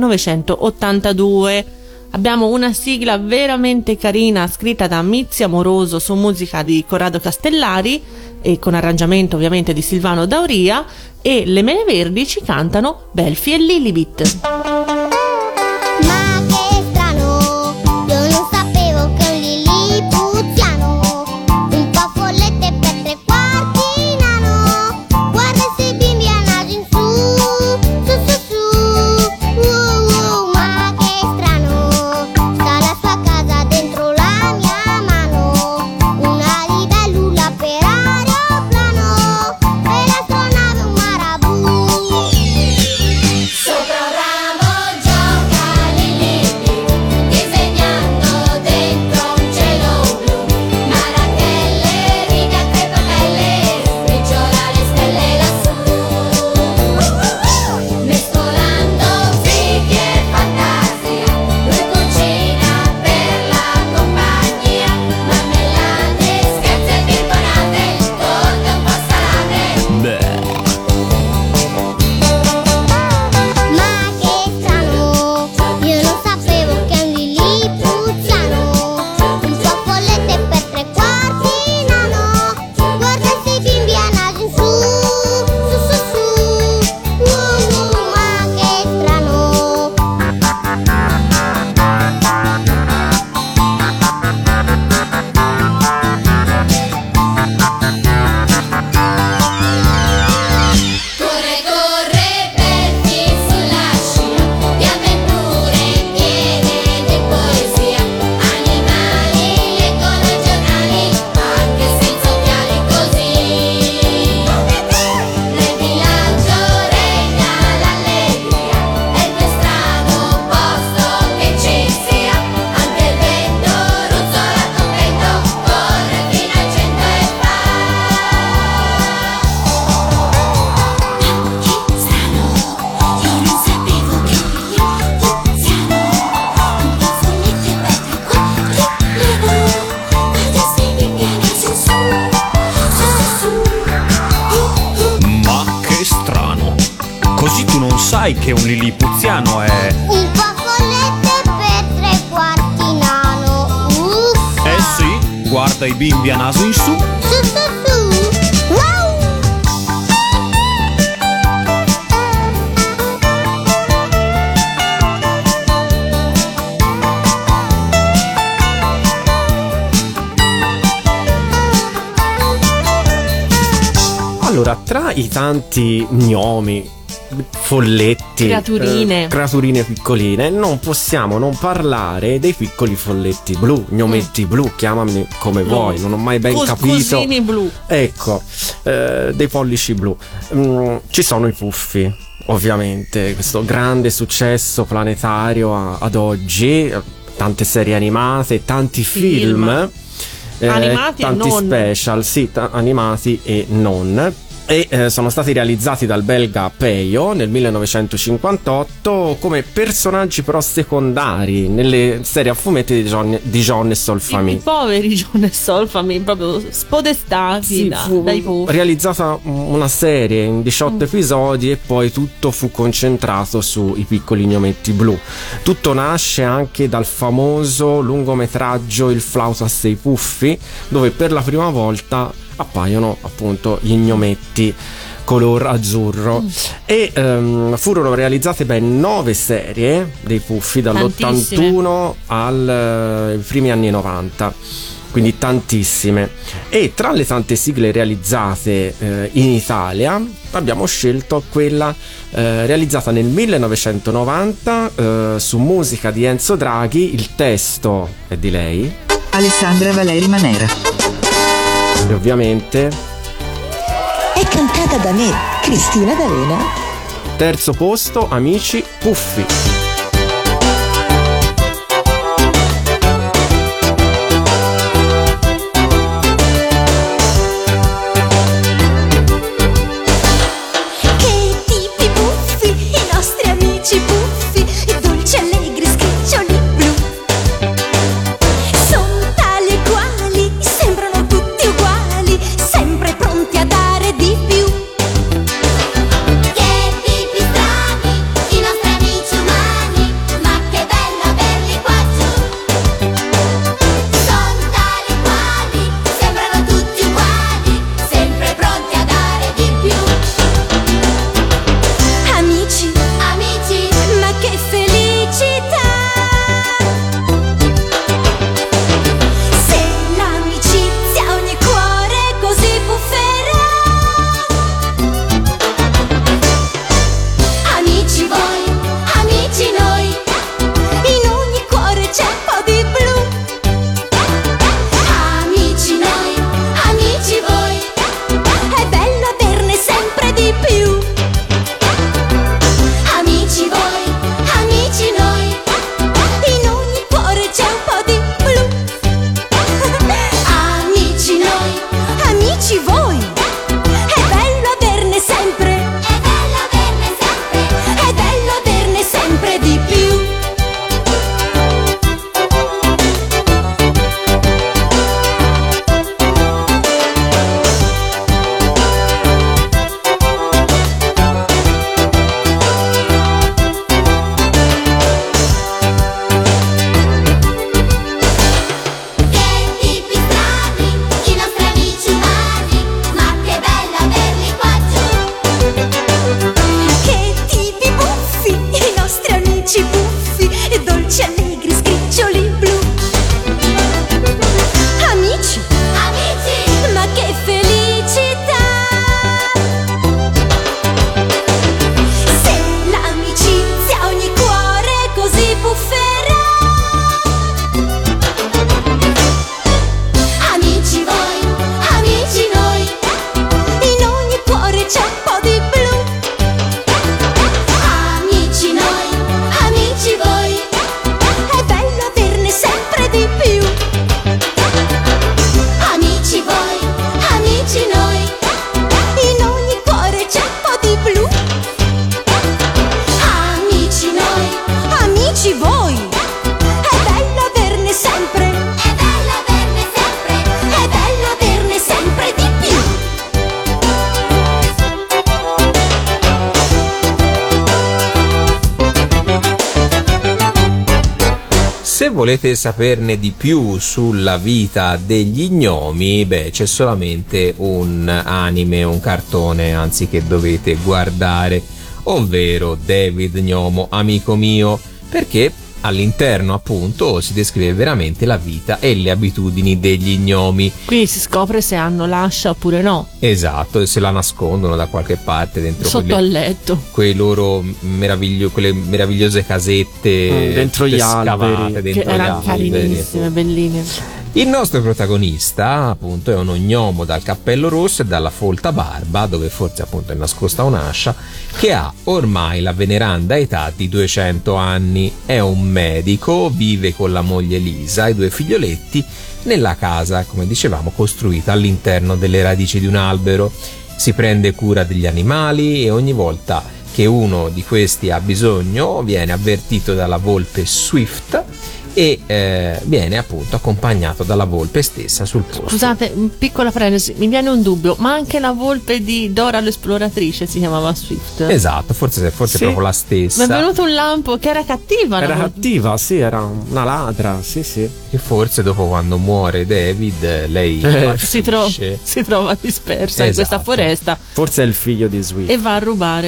[SPEAKER 3] 1982. Abbiamo una sigla veramente carina scritta da Mizzi Amoroso su musica di Corrado Castellari e con arrangiamento ovviamente di Silvano Dauria, e le Mele Verdi ci cantano Belfi e Lilibit.
[SPEAKER 14] Ma che strano, io non sapevo che un lilipuziano, un po' follette per 3/4 nano, guarda se i bimbi a naso in su, ma che strano, sta la sua casa dentro la mia mano, una libellula per aeroplano, e l'astronave un marabù. Sopra un ramo gioca Lili, disegnando dentro un cielo blu, marachelle, righe a 3 papelle, sbriciola le stelle lassù, mescolando frighi e fantasia, lui cucina per la compagnia, marmellate, scherzi e picconate, torte un po' salate. Ma che strano, io non sapevo che un lilipuziano, un po' follette per 3/4 nano, guarda se i bimbi a naso in su, ma che strano. Corre, corre, Belfi sulla scia, di avventure piene di poesia, animali leggono i giornali, anche senza occhiali così. Nel villaggio regna l'allegria, è il più strano posto che ci sia, anche il vento ruzzola contento, corre fino al 100 e fa. Che strano, io non sapevo che un lilipuziano, un po' follette per 3/4 nano, guarda se i bimbi a naso in su,
[SPEAKER 15] Ma che strano. Così tu non sai che un lilipuziano è...
[SPEAKER 14] un po' follette per 3/4 nano,
[SPEAKER 15] Eh sì, guarda i bimbi a naso in su.
[SPEAKER 14] wow!
[SPEAKER 2] Allora, tra i tanti gnomi, folletti, creaturine piccoline, non possiamo non parlare dei piccoli folletti blu, gnometti blu, chiamami come vuoi, non ho mai ben capito.
[SPEAKER 3] Cosini blu.
[SPEAKER 2] Ecco, dei pollici blu. Ci sono i Puffi, ovviamente, questo grande successo planetario ad oggi, tante serie animate, tanti film.
[SPEAKER 3] Animati e
[SPEAKER 2] tanti
[SPEAKER 3] non.
[SPEAKER 2] special, sì, animati e non. e sono stati realizzati dal belga Peyo nel 1958 come personaggi però secondari nelle serie a fumetti di John e Sol Famille.
[SPEAKER 3] I poveri John e Sol Famille, proprio spodestati dai puffi.
[SPEAKER 2] Realizzata una serie in 18 episodi e poi tutto fu concentrato sui piccoli gnometti blu. Tutto nasce anche dal famoso lungometraggio Il flauto a 6 puffi, dove per la prima volta appaiono appunto gli gnometti color azzurro e furono realizzate ben 9 serie dei puffi dall'81 ai primi anni 90, quindi tantissime. E tra le tante sigle realizzate in Italia abbiamo scelto quella realizzata nel 1990 su musica di Enzo Draghi. Il testo è di lei,
[SPEAKER 7] Alessandra Valeri Manera.
[SPEAKER 2] E ovviamente
[SPEAKER 9] è cantata da me, Cristina D'Avena.
[SPEAKER 2] Terzo posto, Amici Puffi.
[SPEAKER 6] Che tipi buffi, i nostri amici buffi, i dolci allegri scriccioli blu. Sono tali e quali, sembrano tutti uguali, sempre pronti a dare di più. Che tipi strani, i nostri amici umani, ma che bello averli qua giù. Sono tali e quali, sembrano tutti uguali, sempre pronti a dare di più. Amici, amici, ma che felicità! Se l'amicizia ogni cuore così bufferà. Amici voi, amici noi, in ogni cuore c'è un po' di blu. Amici noi, amici voi, è bello averne sempre di più. Amici voi, amici noi, in ogni cuore c'è un po' di blu. Amici noi, amici voi, è bello averne sempre, è bello averne sempre, è bello averne sempre di più. Che tipi strani, i nostri amici umani, ma che bello averli qua giù. Che tipi buffi, i nostri amici buffi, e dolci allegri scriccioli blu. Amici, amici, ma che felicità! Se l'amicizia ogni cuore così bufferà. Amici voi, amici noi, in ogni cuore c'è un po' di blu. Amici noi, amici voi, è bello averne sempre di più. Amici voi, amici noi, in ogni cuore c'è un po' di blu. Amici noi, amici voi, è bello averne sempre, è bello averne sempre, è bello averne sempre di più.
[SPEAKER 4] Se volete saperne di più sulla vita degli gnomi, c'è solamente un anime, un cartone, anzi, che dovete guardare, ovvero David Gnomo, amico mio, perché all'interno appunto si descrive veramente la vita e le abitudini degli gnomi.
[SPEAKER 3] Quindi si scopre se hanno l'ascia oppure no.
[SPEAKER 4] Esatto, e se la nascondono da qualche parte dentro
[SPEAKER 3] Sotto al letto.
[SPEAKER 4] quei loro quelle meravigliose casette
[SPEAKER 2] dentro gli alberi,
[SPEAKER 4] dentro
[SPEAKER 3] Che
[SPEAKER 4] gli
[SPEAKER 3] erano
[SPEAKER 4] alberi.
[SPEAKER 3] carinissime, belline.
[SPEAKER 4] Il nostro protagonista appunto è uno gnomo dal cappello rosso e dalla folta barba, dove forse appunto è nascosta un'ascia, che ha ormai la veneranda età di 200 anni. È un medico, vive con la moglie Lisa e 2 figlioletti nella casa, come dicevamo, costruita all'interno delle radici di un albero. si prende cura degli animali e ogni volta che uno di questi ha bisogno viene avvertito dalla volpe Swift e viene appunto accompagnato dalla volpe stessa sul posto.
[SPEAKER 3] Scusate, piccola parentesi, mi viene un dubbio, ma anche la volpe di Dora l'esploratrice si chiamava Swift?
[SPEAKER 4] Esatto, forse
[SPEAKER 2] Sì.
[SPEAKER 4] proprio la stessa.
[SPEAKER 3] Mi è venuto un lampo che era cattiva.
[SPEAKER 2] Era cattiva, sì, era una ladra, sì.
[SPEAKER 4] E forse dopo quando muore David lei
[SPEAKER 3] si trova dispersa in questa foresta.
[SPEAKER 2] Forse è il figlio di Swift.
[SPEAKER 3] E va a rubare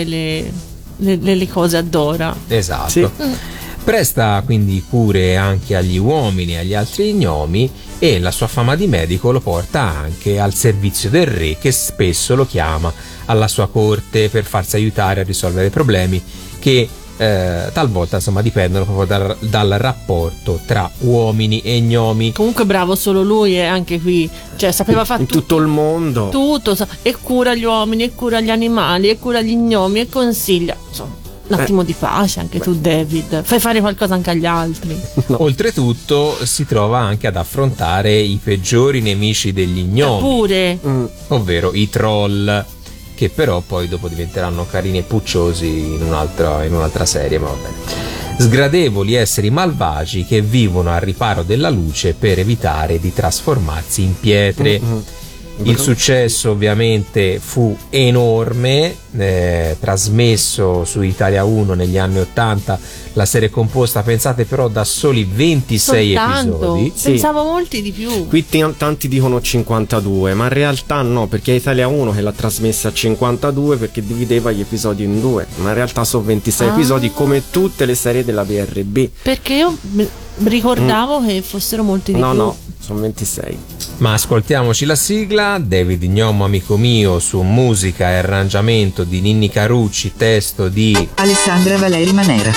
[SPEAKER 3] le cose a Dora.
[SPEAKER 4] Esatto.
[SPEAKER 2] Sì.
[SPEAKER 4] Presta quindi cure anche agli uomini e agli altri gnomi e la sua fama di medico lo porta anche al servizio del re, che spesso lo chiama alla sua corte per farsi aiutare a risolvere problemi che talvolta insomma dipendono proprio dal rapporto tra uomini e gnomi.
[SPEAKER 3] Comunque bravo solo lui, e anche qui, cioè sapeva fare
[SPEAKER 2] in tutto il mondo
[SPEAKER 3] tutto, e cura gli uomini, e cura gli animali, e cura gli gnomi, e consiglia, insomma. Un attimo di pace anche tu, David, fai fare qualcosa anche agli altri.
[SPEAKER 4] Oltretutto si trova anche ad affrontare i peggiori nemici degli gnomi,
[SPEAKER 3] pure
[SPEAKER 4] ovvero i troll, che però poi dopo diventeranno carini e pucciosi in un'altra serie, ma va bene. Sgradevoli esseri malvagi che vivono al riparo della luce per evitare di trasformarsi in pietre. Il successo ovviamente fu enorme, trasmesso su Italia 1 negli anni 80, la serie composta, pensate però, da soli 26 episodi.
[SPEAKER 3] Pensavo molti di più.
[SPEAKER 2] Qui tanti dicono 52, ma in realtà no, perché è Italia 1 che l'ha trasmessa a 52 perché divideva gli episodi in due, ma in realtà sono 26 episodi come tutte le serie della VRB.
[SPEAKER 3] Perché io ricordavo che fossero molti di più.
[SPEAKER 2] No, sono 26.
[SPEAKER 4] Ma ascoltiamoci la sigla. David Gnomo amico mio, su musica e arrangiamento di Ninni Carucci, testo di
[SPEAKER 7] Alessandra Valeri Manera,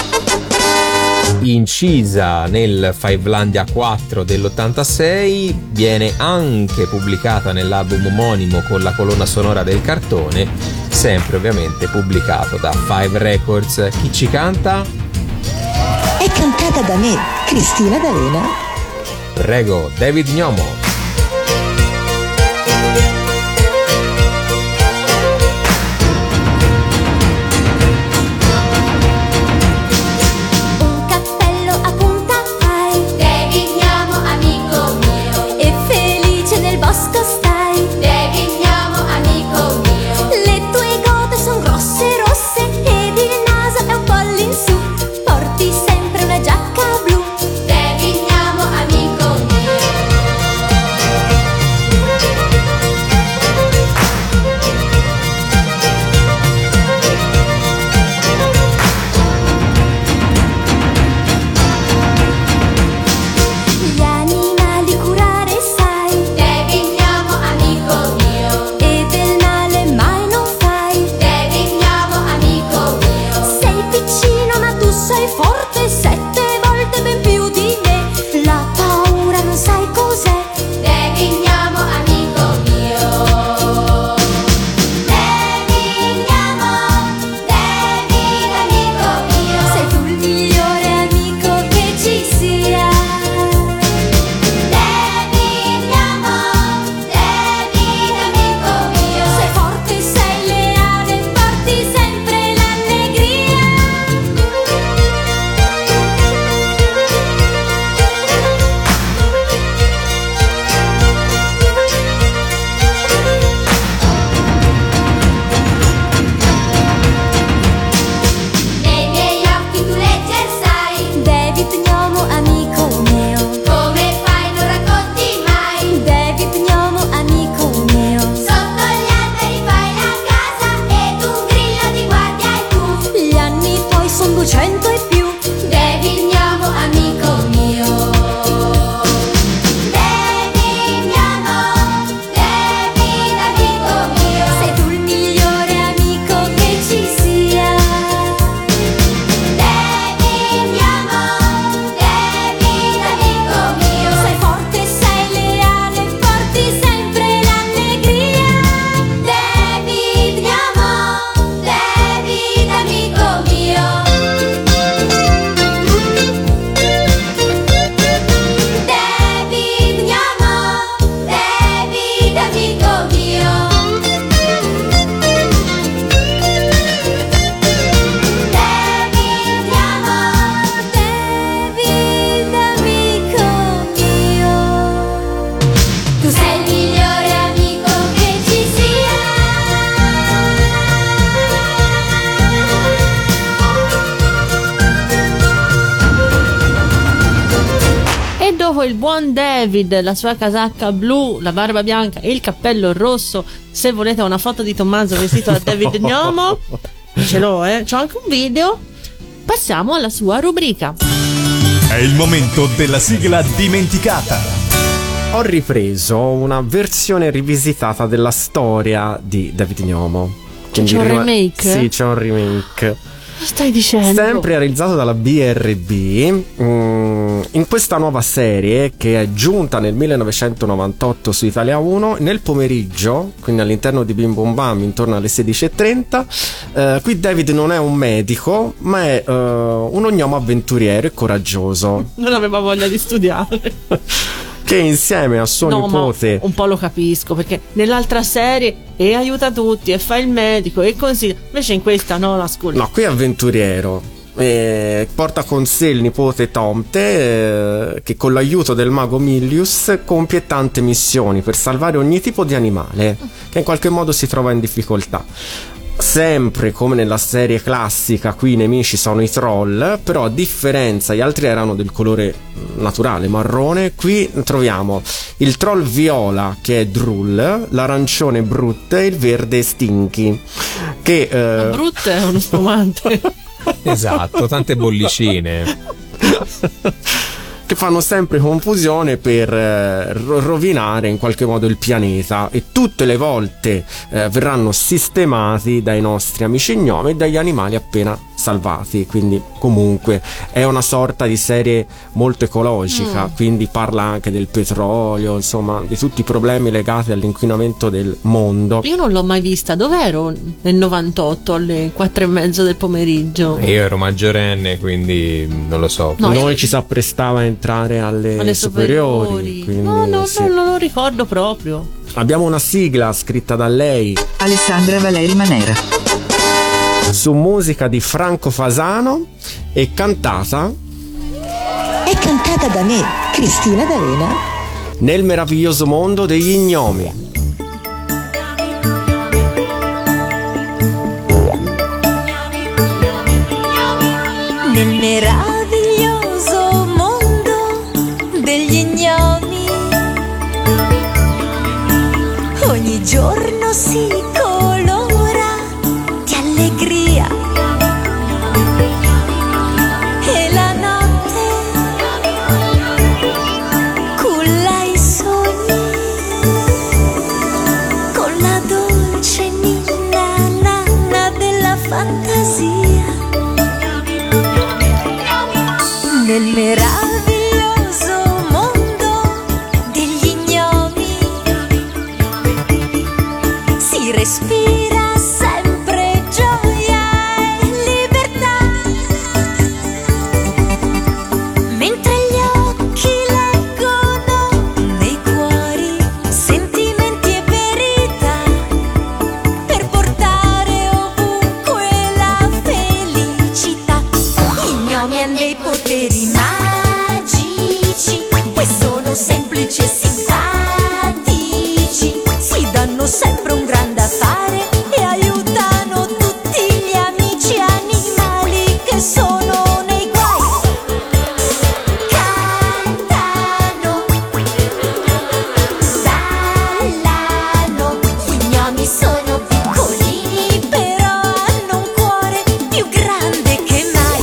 [SPEAKER 4] incisa nel Fivelandia 4 dell'86, viene anche pubblicata nell'album omonimo con la colonna sonora del cartone, sempre ovviamente pubblicato da Five Records. Chi ci canta?
[SPEAKER 9] È cantata da me, Cristina D'Avena.
[SPEAKER 4] Prego, David Gnomo.
[SPEAKER 14] Un cappello a punta hai, David Gnomo amico mio, e felice nel bosco stai, David Gnomo amico mio. Le tue gote son grosse e rosse ed il naso è un po' all'insù, porti sempre una giacca blu, David Gnomo amico mio.
[SPEAKER 3] il buon David, la sua casacca blu, la barba bianca e il cappello rosso. Se volete una foto di Tommaso vestito da David Gnomo, ce l'ho, c'ho anche un video. Passiamo alla sua rubrica.
[SPEAKER 1] È il momento della sigla dimenticata.
[SPEAKER 2] Ho ripreso una versione rivisitata della storia di David Gnomo.
[SPEAKER 3] C'è un remake?
[SPEAKER 2] Sì, c'è un remake.
[SPEAKER 3] Stai dicendo?
[SPEAKER 2] Sempre realizzato dalla BRB, in questa nuova serie che è giunta nel 1998 su Italia 1, nel pomeriggio, quindi all'interno di Bim Bom Bam, intorno alle 16:30. Qui David non è un medico, ma è un gnomo avventuriero e coraggioso.
[SPEAKER 3] Non aveva voglia di studiare.
[SPEAKER 2] Che insieme a suo nipote,
[SPEAKER 3] ma un po' lo capisco, perché nell'altra serie aiuta tutti e fa il medico e consiglia, invece in questa no, ascolta.
[SPEAKER 2] No, qui è avventuriero, porta con sé il nipote Tomte, che con l'aiuto del mago Milius compie tante missioni per salvare ogni tipo di animale che in qualche modo si trova in difficoltà. Sempre come nella serie classica, qui i nemici sono i troll, però a differenza, gli altri erano del colore naturale, marrone, qui troviamo il troll viola che è Drull, l'arancione Brut e il verde Stinky. Che
[SPEAKER 3] Brut è uno spumante.
[SPEAKER 4] Esatto, tante bollicine.
[SPEAKER 2] Che fanno sempre confusione per rovinare in qualche modo il pianeta, e tutte le volte verranno sistemati dai nostri amici gnomi e dagli animali appena salvati. Quindi comunque è una sorta di serie molto ecologica, quindi parla anche del petrolio, insomma di tutti i problemi legati all'inquinamento del mondo.
[SPEAKER 3] Io non l'ho mai vista, dov'ero nel 98 alle 4:30 del pomeriggio?
[SPEAKER 4] Io ero maggiorenne, quindi non lo so.
[SPEAKER 2] No, noi ci si apprestava a entrare alle superiori. Quindi,
[SPEAKER 3] no,
[SPEAKER 2] sì.
[SPEAKER 3] non lo ricordo proprio.
[SPEAKER 2] Abbiamo una sigla scritta da lei,
[SPEAKER 7] Alessandra Valeri Manera,
[SPEAKER 2] su musica di Franco Fasano e cantata
[SPEAKER 9] da me, Cristina D'Avena,
[SPEAKER 2] nel meraviglioso mondo degli gnomi.
[SPEAKER 6] Nel meraviglioso mondo degli gnomi, ogni giorno si colora di allegria e la notte culla i sogni con la dolce ninna nanna della fantasia. Nel meraviglioso mondo degli gnomi si respira sempre gioia e libertà, mentre gli occhi leggono nei cuori sentimenti e verità, per portare ovunque la felicità. I gnomi hanno dei poteri magici, poi sono semplici e simpatici, si danno sempre un gran da fare e aiutano tutti gli amici animali che sono nei guai. Cantano, ballano, gli gnomi sono piccolini, però hanno un cuore più grande che mai.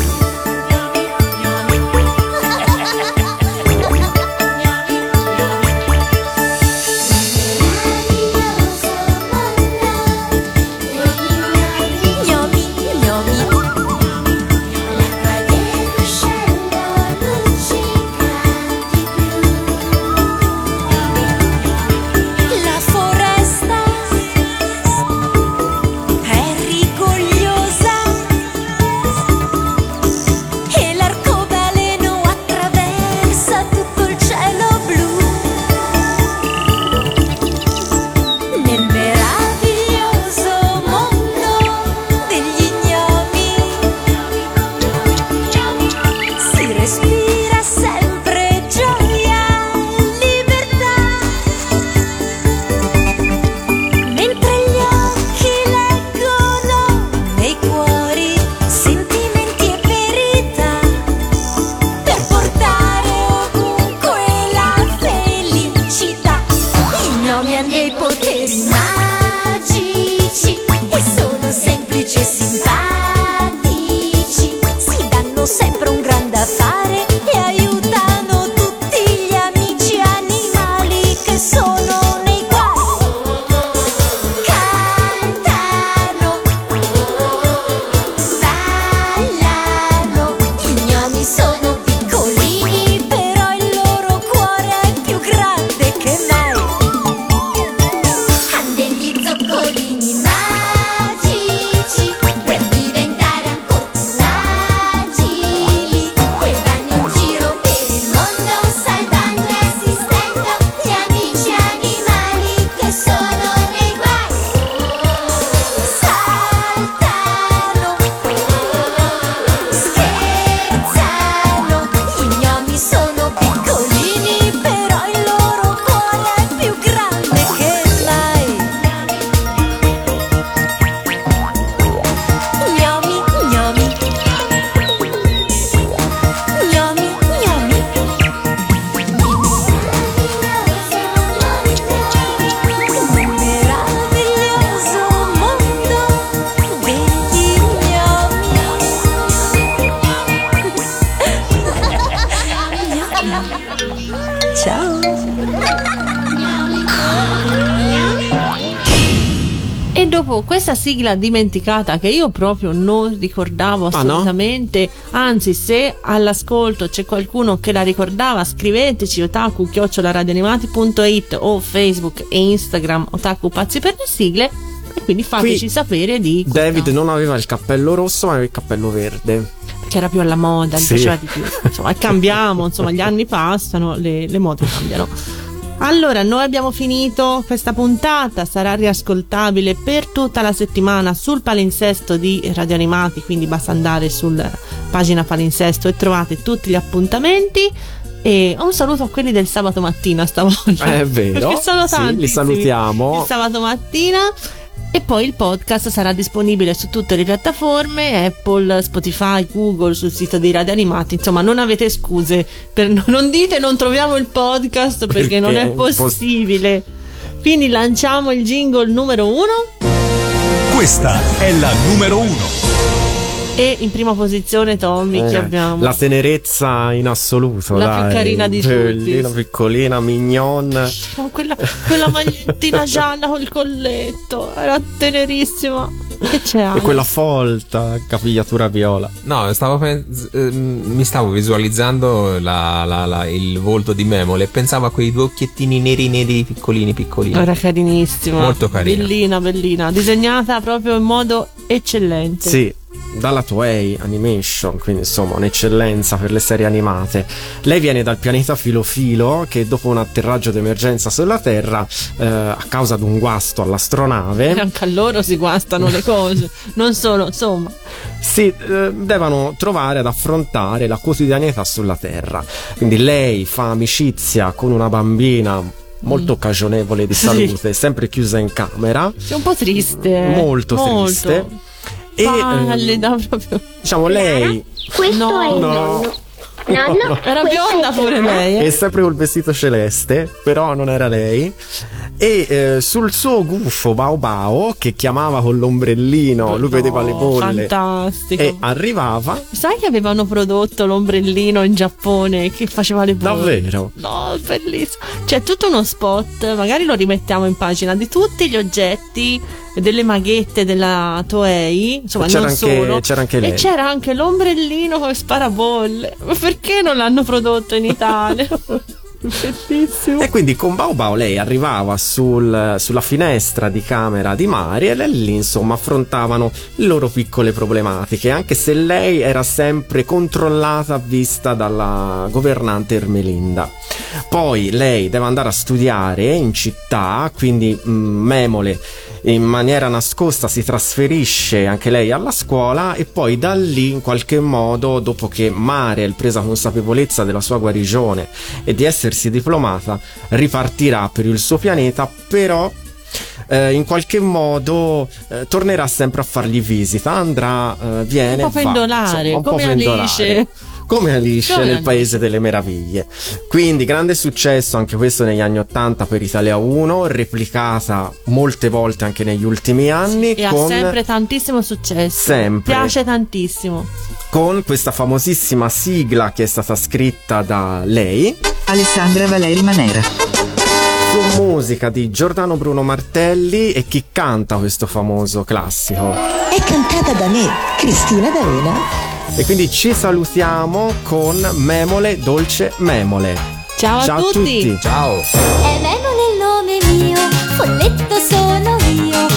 [SPEAKER 6] coccolini magici per diventare ancora più agili, e vanno in giro per il mondo salvando e assistendo gli amici animali che sono nei guai. Saltano, scherzano, gli gnomi sono piccolini, però il loro cuore è più grande che mai. Gnomi, gnomi, gnomi, gnomi. Meraviglioso mondo degli gnomi. Ciao.
[SPEAKER 3] E dopo questa sigla dimenticata che io proprio non ricordavo assolutamente, anzi, se all'ascolto c'è qualcuno che la ricordava, scriveteci otaku@radioanimati.it o Facebook e Instagram Otaku Pazzi per le sigle, e quindi fateci
[SPEAKER 2] Qui
[SPEAKER 3] sapere di questa,
[SPEAKER 2] David non aveva il cappello rosso, ma aveva il cappello verde.
[SPEAKER 3] che era più alla moda, gli
[SPEAKER 2] Sì.
[SPEAKER 3] piaceva di più. Insomma, cambiamo, insomma, gli anni passano, le mode cambiano. Allora, noi abbiamo finito questa puntata, sarà riascoltabile per tutta la settimana sul palinsesto di Radio Animati, quindi basta andare sulla pagina palinsesto e trovate tutti gli appuntamenti. E un saluto a quelli del sabato mattina stavolta.
[SPEAKER 2] È vero.
[SPEAKER 3] Perché sono
[SPEAKER 2] Sì,
[SPEAKER 3] tanti.
[SPEAKER 2] li salutiamo.
[SPEAKER 3] Il sabato mattina. E poi il podcast sarà disponibile su tutte le piattaforme, Apple, Spotify, Google, sul sito di Radio Animati. Insomma, non avete scuse, non dite non troviamo il podcast perché non è possibile. Quindi lanciamo il jingle numero 1.
[SPEAKER 1] Questa è la numero 1.
[SPEAKER 3] E in prima posizione, Tommy, chi abbiamo?
[SPEAKER 2] La tenerezza in assoluto,
[SPEAKER 3] La
[SPEAKER 2] dai.
[SPEAKER 3] più carina di tutti.
[SPEAKER 2] Bellina, piccolina, mignon.
[SPEAKER 3] Oh, quella magliettina gialla col colletto, era tenerissima. Che c'è?
[SPEAKER 2] E quella folta, capigliatura viola.
[SPEAKER 4] No, mi stavo visualizzando il volto di Memole e pensavo a quei due occhiettini neri piccolini.
[SPEAKER 3] Era carinissima.
[SPEAKER 4] Molto carina.
[SPEAKER 3] Bellina. Disegnata proprio in modo eccellente.
[SPEAKER 2] Sì, dalla Toei Animation, quindi insomma un'eccellenza per le serie animate. Lei viene dal pianeta Filo, che dopo un atterraggio d'emergenza sulla Terra, a causa di un guasto all'astronave,
[SPEAKER 3] E anche a loro si guastano le cose, non solo, insomma,
[SPEAKER 2] si devono trovare ad affrontare la quotidianità sulla Terra. Quindi lei fa amicizia con una bambina molto cagionevole di salute, sempre chiusa in camera.
[SPEAKER 3] è un po' triste.
[SPEAKER 2] Molto triste. E
[SPEAKER 3] le dà proprio,
[SPEAKER 2] diciamo, lei
[SPEAKER 14] Questo è il nonno. Nonno,
[SPEAKER 3] era
[SPEAKER 14] questo
[SPEAKER 3] bionda
[SPEAKER 14] è
[SPEAKER 3] pure
[SPEAKER 14] nonno.
[SPEAKER 3] lei,
[SPEAKER 2] è sempre col vestito celeste, però non era lei. E sul suo gufo Bao, che chiamava con l'ombrellino, lui vedeva le bolle,
[SPEAKER 3] fantastico.
[SPEAKER 2] e arrivava.
[SPEAKER 3] Sai che avevano prodotto l'ombrellino in Giappone che faceva le bolle?
[SPEAKER 2] Davvero?
[SPEAKER 3] No, bellissimo. C'è tutto uno spot, magari lo rimettiamo in pagina, di tutti gli oggetti, delle maghette della Toei, insomma,
[SPEAKER 2] C'era
[SPEAKER 3] non
[SPEAKER 2] anche-
[SPEAKER 3] solo.
[SPEAKER 2] c'era anche lei.
[SPEAKER 3] E c'era anche l'ombrellino come sparabolle. Ma perché non l'hanno prodotto in Italia? Bellissimo.
[SPEAKER 2] E quindi con Bao lei arrivava sulla finestra di camera di Mari, e lì insomma affrontavano le loro piccole problematiche, anche se lei era sempre controllata a vista dalla governante Ermelinda. Poi lei deve andare a studiare in città, quindi Memole in maniera nascosta si trasferisce anche lei alla scuola, e poi da lì in qualche modo, dopo che Mariel presa consapevolezza della sua guarigione e di essersi diplomata, ripartirà per il suo pianeta, però in qualche modo tornerà sempre a fargli visita, andrà, viene,
[SPEAKER 3] Un po' pendolare,
[SPEAKER 2] un po'
[SPEAKER 3] come
[SPEAKER 2] pendolare.
[SPEAKER 3] Alice.
[SPEAKER 2] Come Alice
[SPEAKER 3] Come
[SPEAKER 2] nel
[SPEAKER 3] Alice.
[SPEAKER 2] Paese delle Meraviglie. Quindi grande successo anche questo negli anni 80 per Italia 1, replicata molte volte anche negli ultimi anni,
[SPEAKER 3] E ha sempre tantissimo successo.
[SPEAKER 2] Sempre.
[SPEAKER 3] Piace tantissimo.
[SPEAKER 2] con questa famosissima sigla che è stata scritta da lei,
[SPEAKER 7] Alessandra Valeri Manera.
[SPEAKER 2] su musica di Giordano Bruno Martelli. E chi canta questo famoso classico?
[SPEAKER 9] È cantata da me, Cristina D'Avena.
[SPEAKER 2] E quindi ci salutiamo con Memole, dolce Memole.
[SPEAKER 3] Ciao a tutti.
[SPEAKER 2] Ciao.
[SPEAKER 6] È Memole il nome mio, folletto sono io,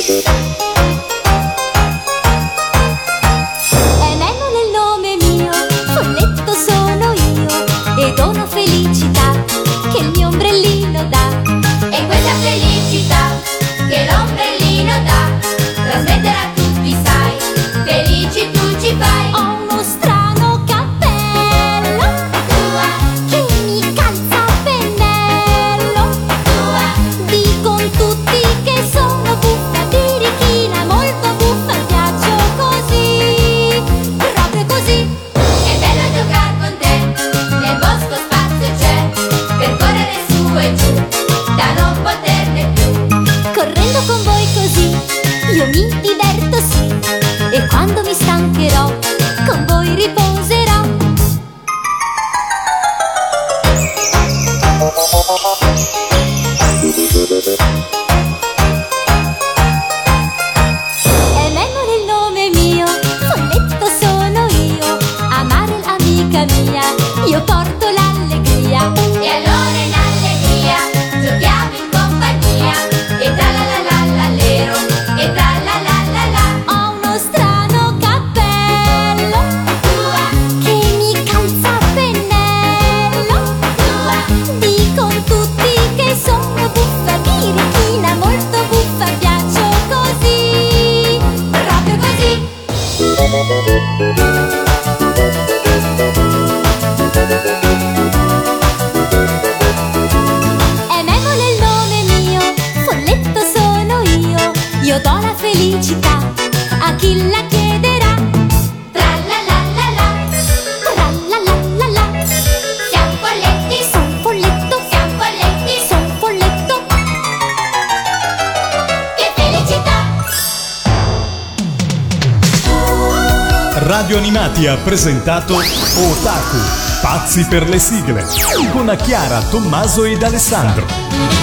[SPEAKER 6] Memo nel nome mio, folletto sono io e dono felicità che il mio ombrellino dà.
[SPEAKER 14] E questa felicità che l'ombrellino dà trasmettere a tutti, sai, felici tu ci fai.
[SPEAKER 6] Ho uno strano cappello che mi calza a pennello. Dicono tutti che sono buffa, birichina, molto buffa, piaccio così, proprio così.
[SPEAKER 14] È bello giocare con te, nel bosco spazio c'è, per correre su e giù, da non poterne più.
[SPEAKER 6] Correndo con voi così, io mi diverto sì, e quando mi stancherò, con voi riposerò. E Memo nel nome mio, folletto sono io, amare l'amica mia, io porto l'allegria.
[SPEAKER 14] E allora in allegria giochiamo in compagnia, e tra la la la la lero, e tra la la la la.
[SPEAKER 6] Ho uno strano cappello che mi calza a pennello. Dicono tutti che sono buffa, birichina, molto buffa, piaccio così, proprio così. E Memo nel nome mio, folletto sono io do la felicità a chi la chiederà.
[SPEAKER 14] Tra la la la la,
[SPEAKER 6] Tra la la la la,
[SPEAKER 14] siamo folletti,
[SPEAKER 6] son folletto,
[SPEAKER 14] siamo folletti,
[SPEAKER 6] son folletto.
[SPEAKER 14] che felicità!
[SPEAKER 1] Radio Animati ha presentato Otaku, pazzi per le sigle, con Chiara, Tommaso ed Alessandro.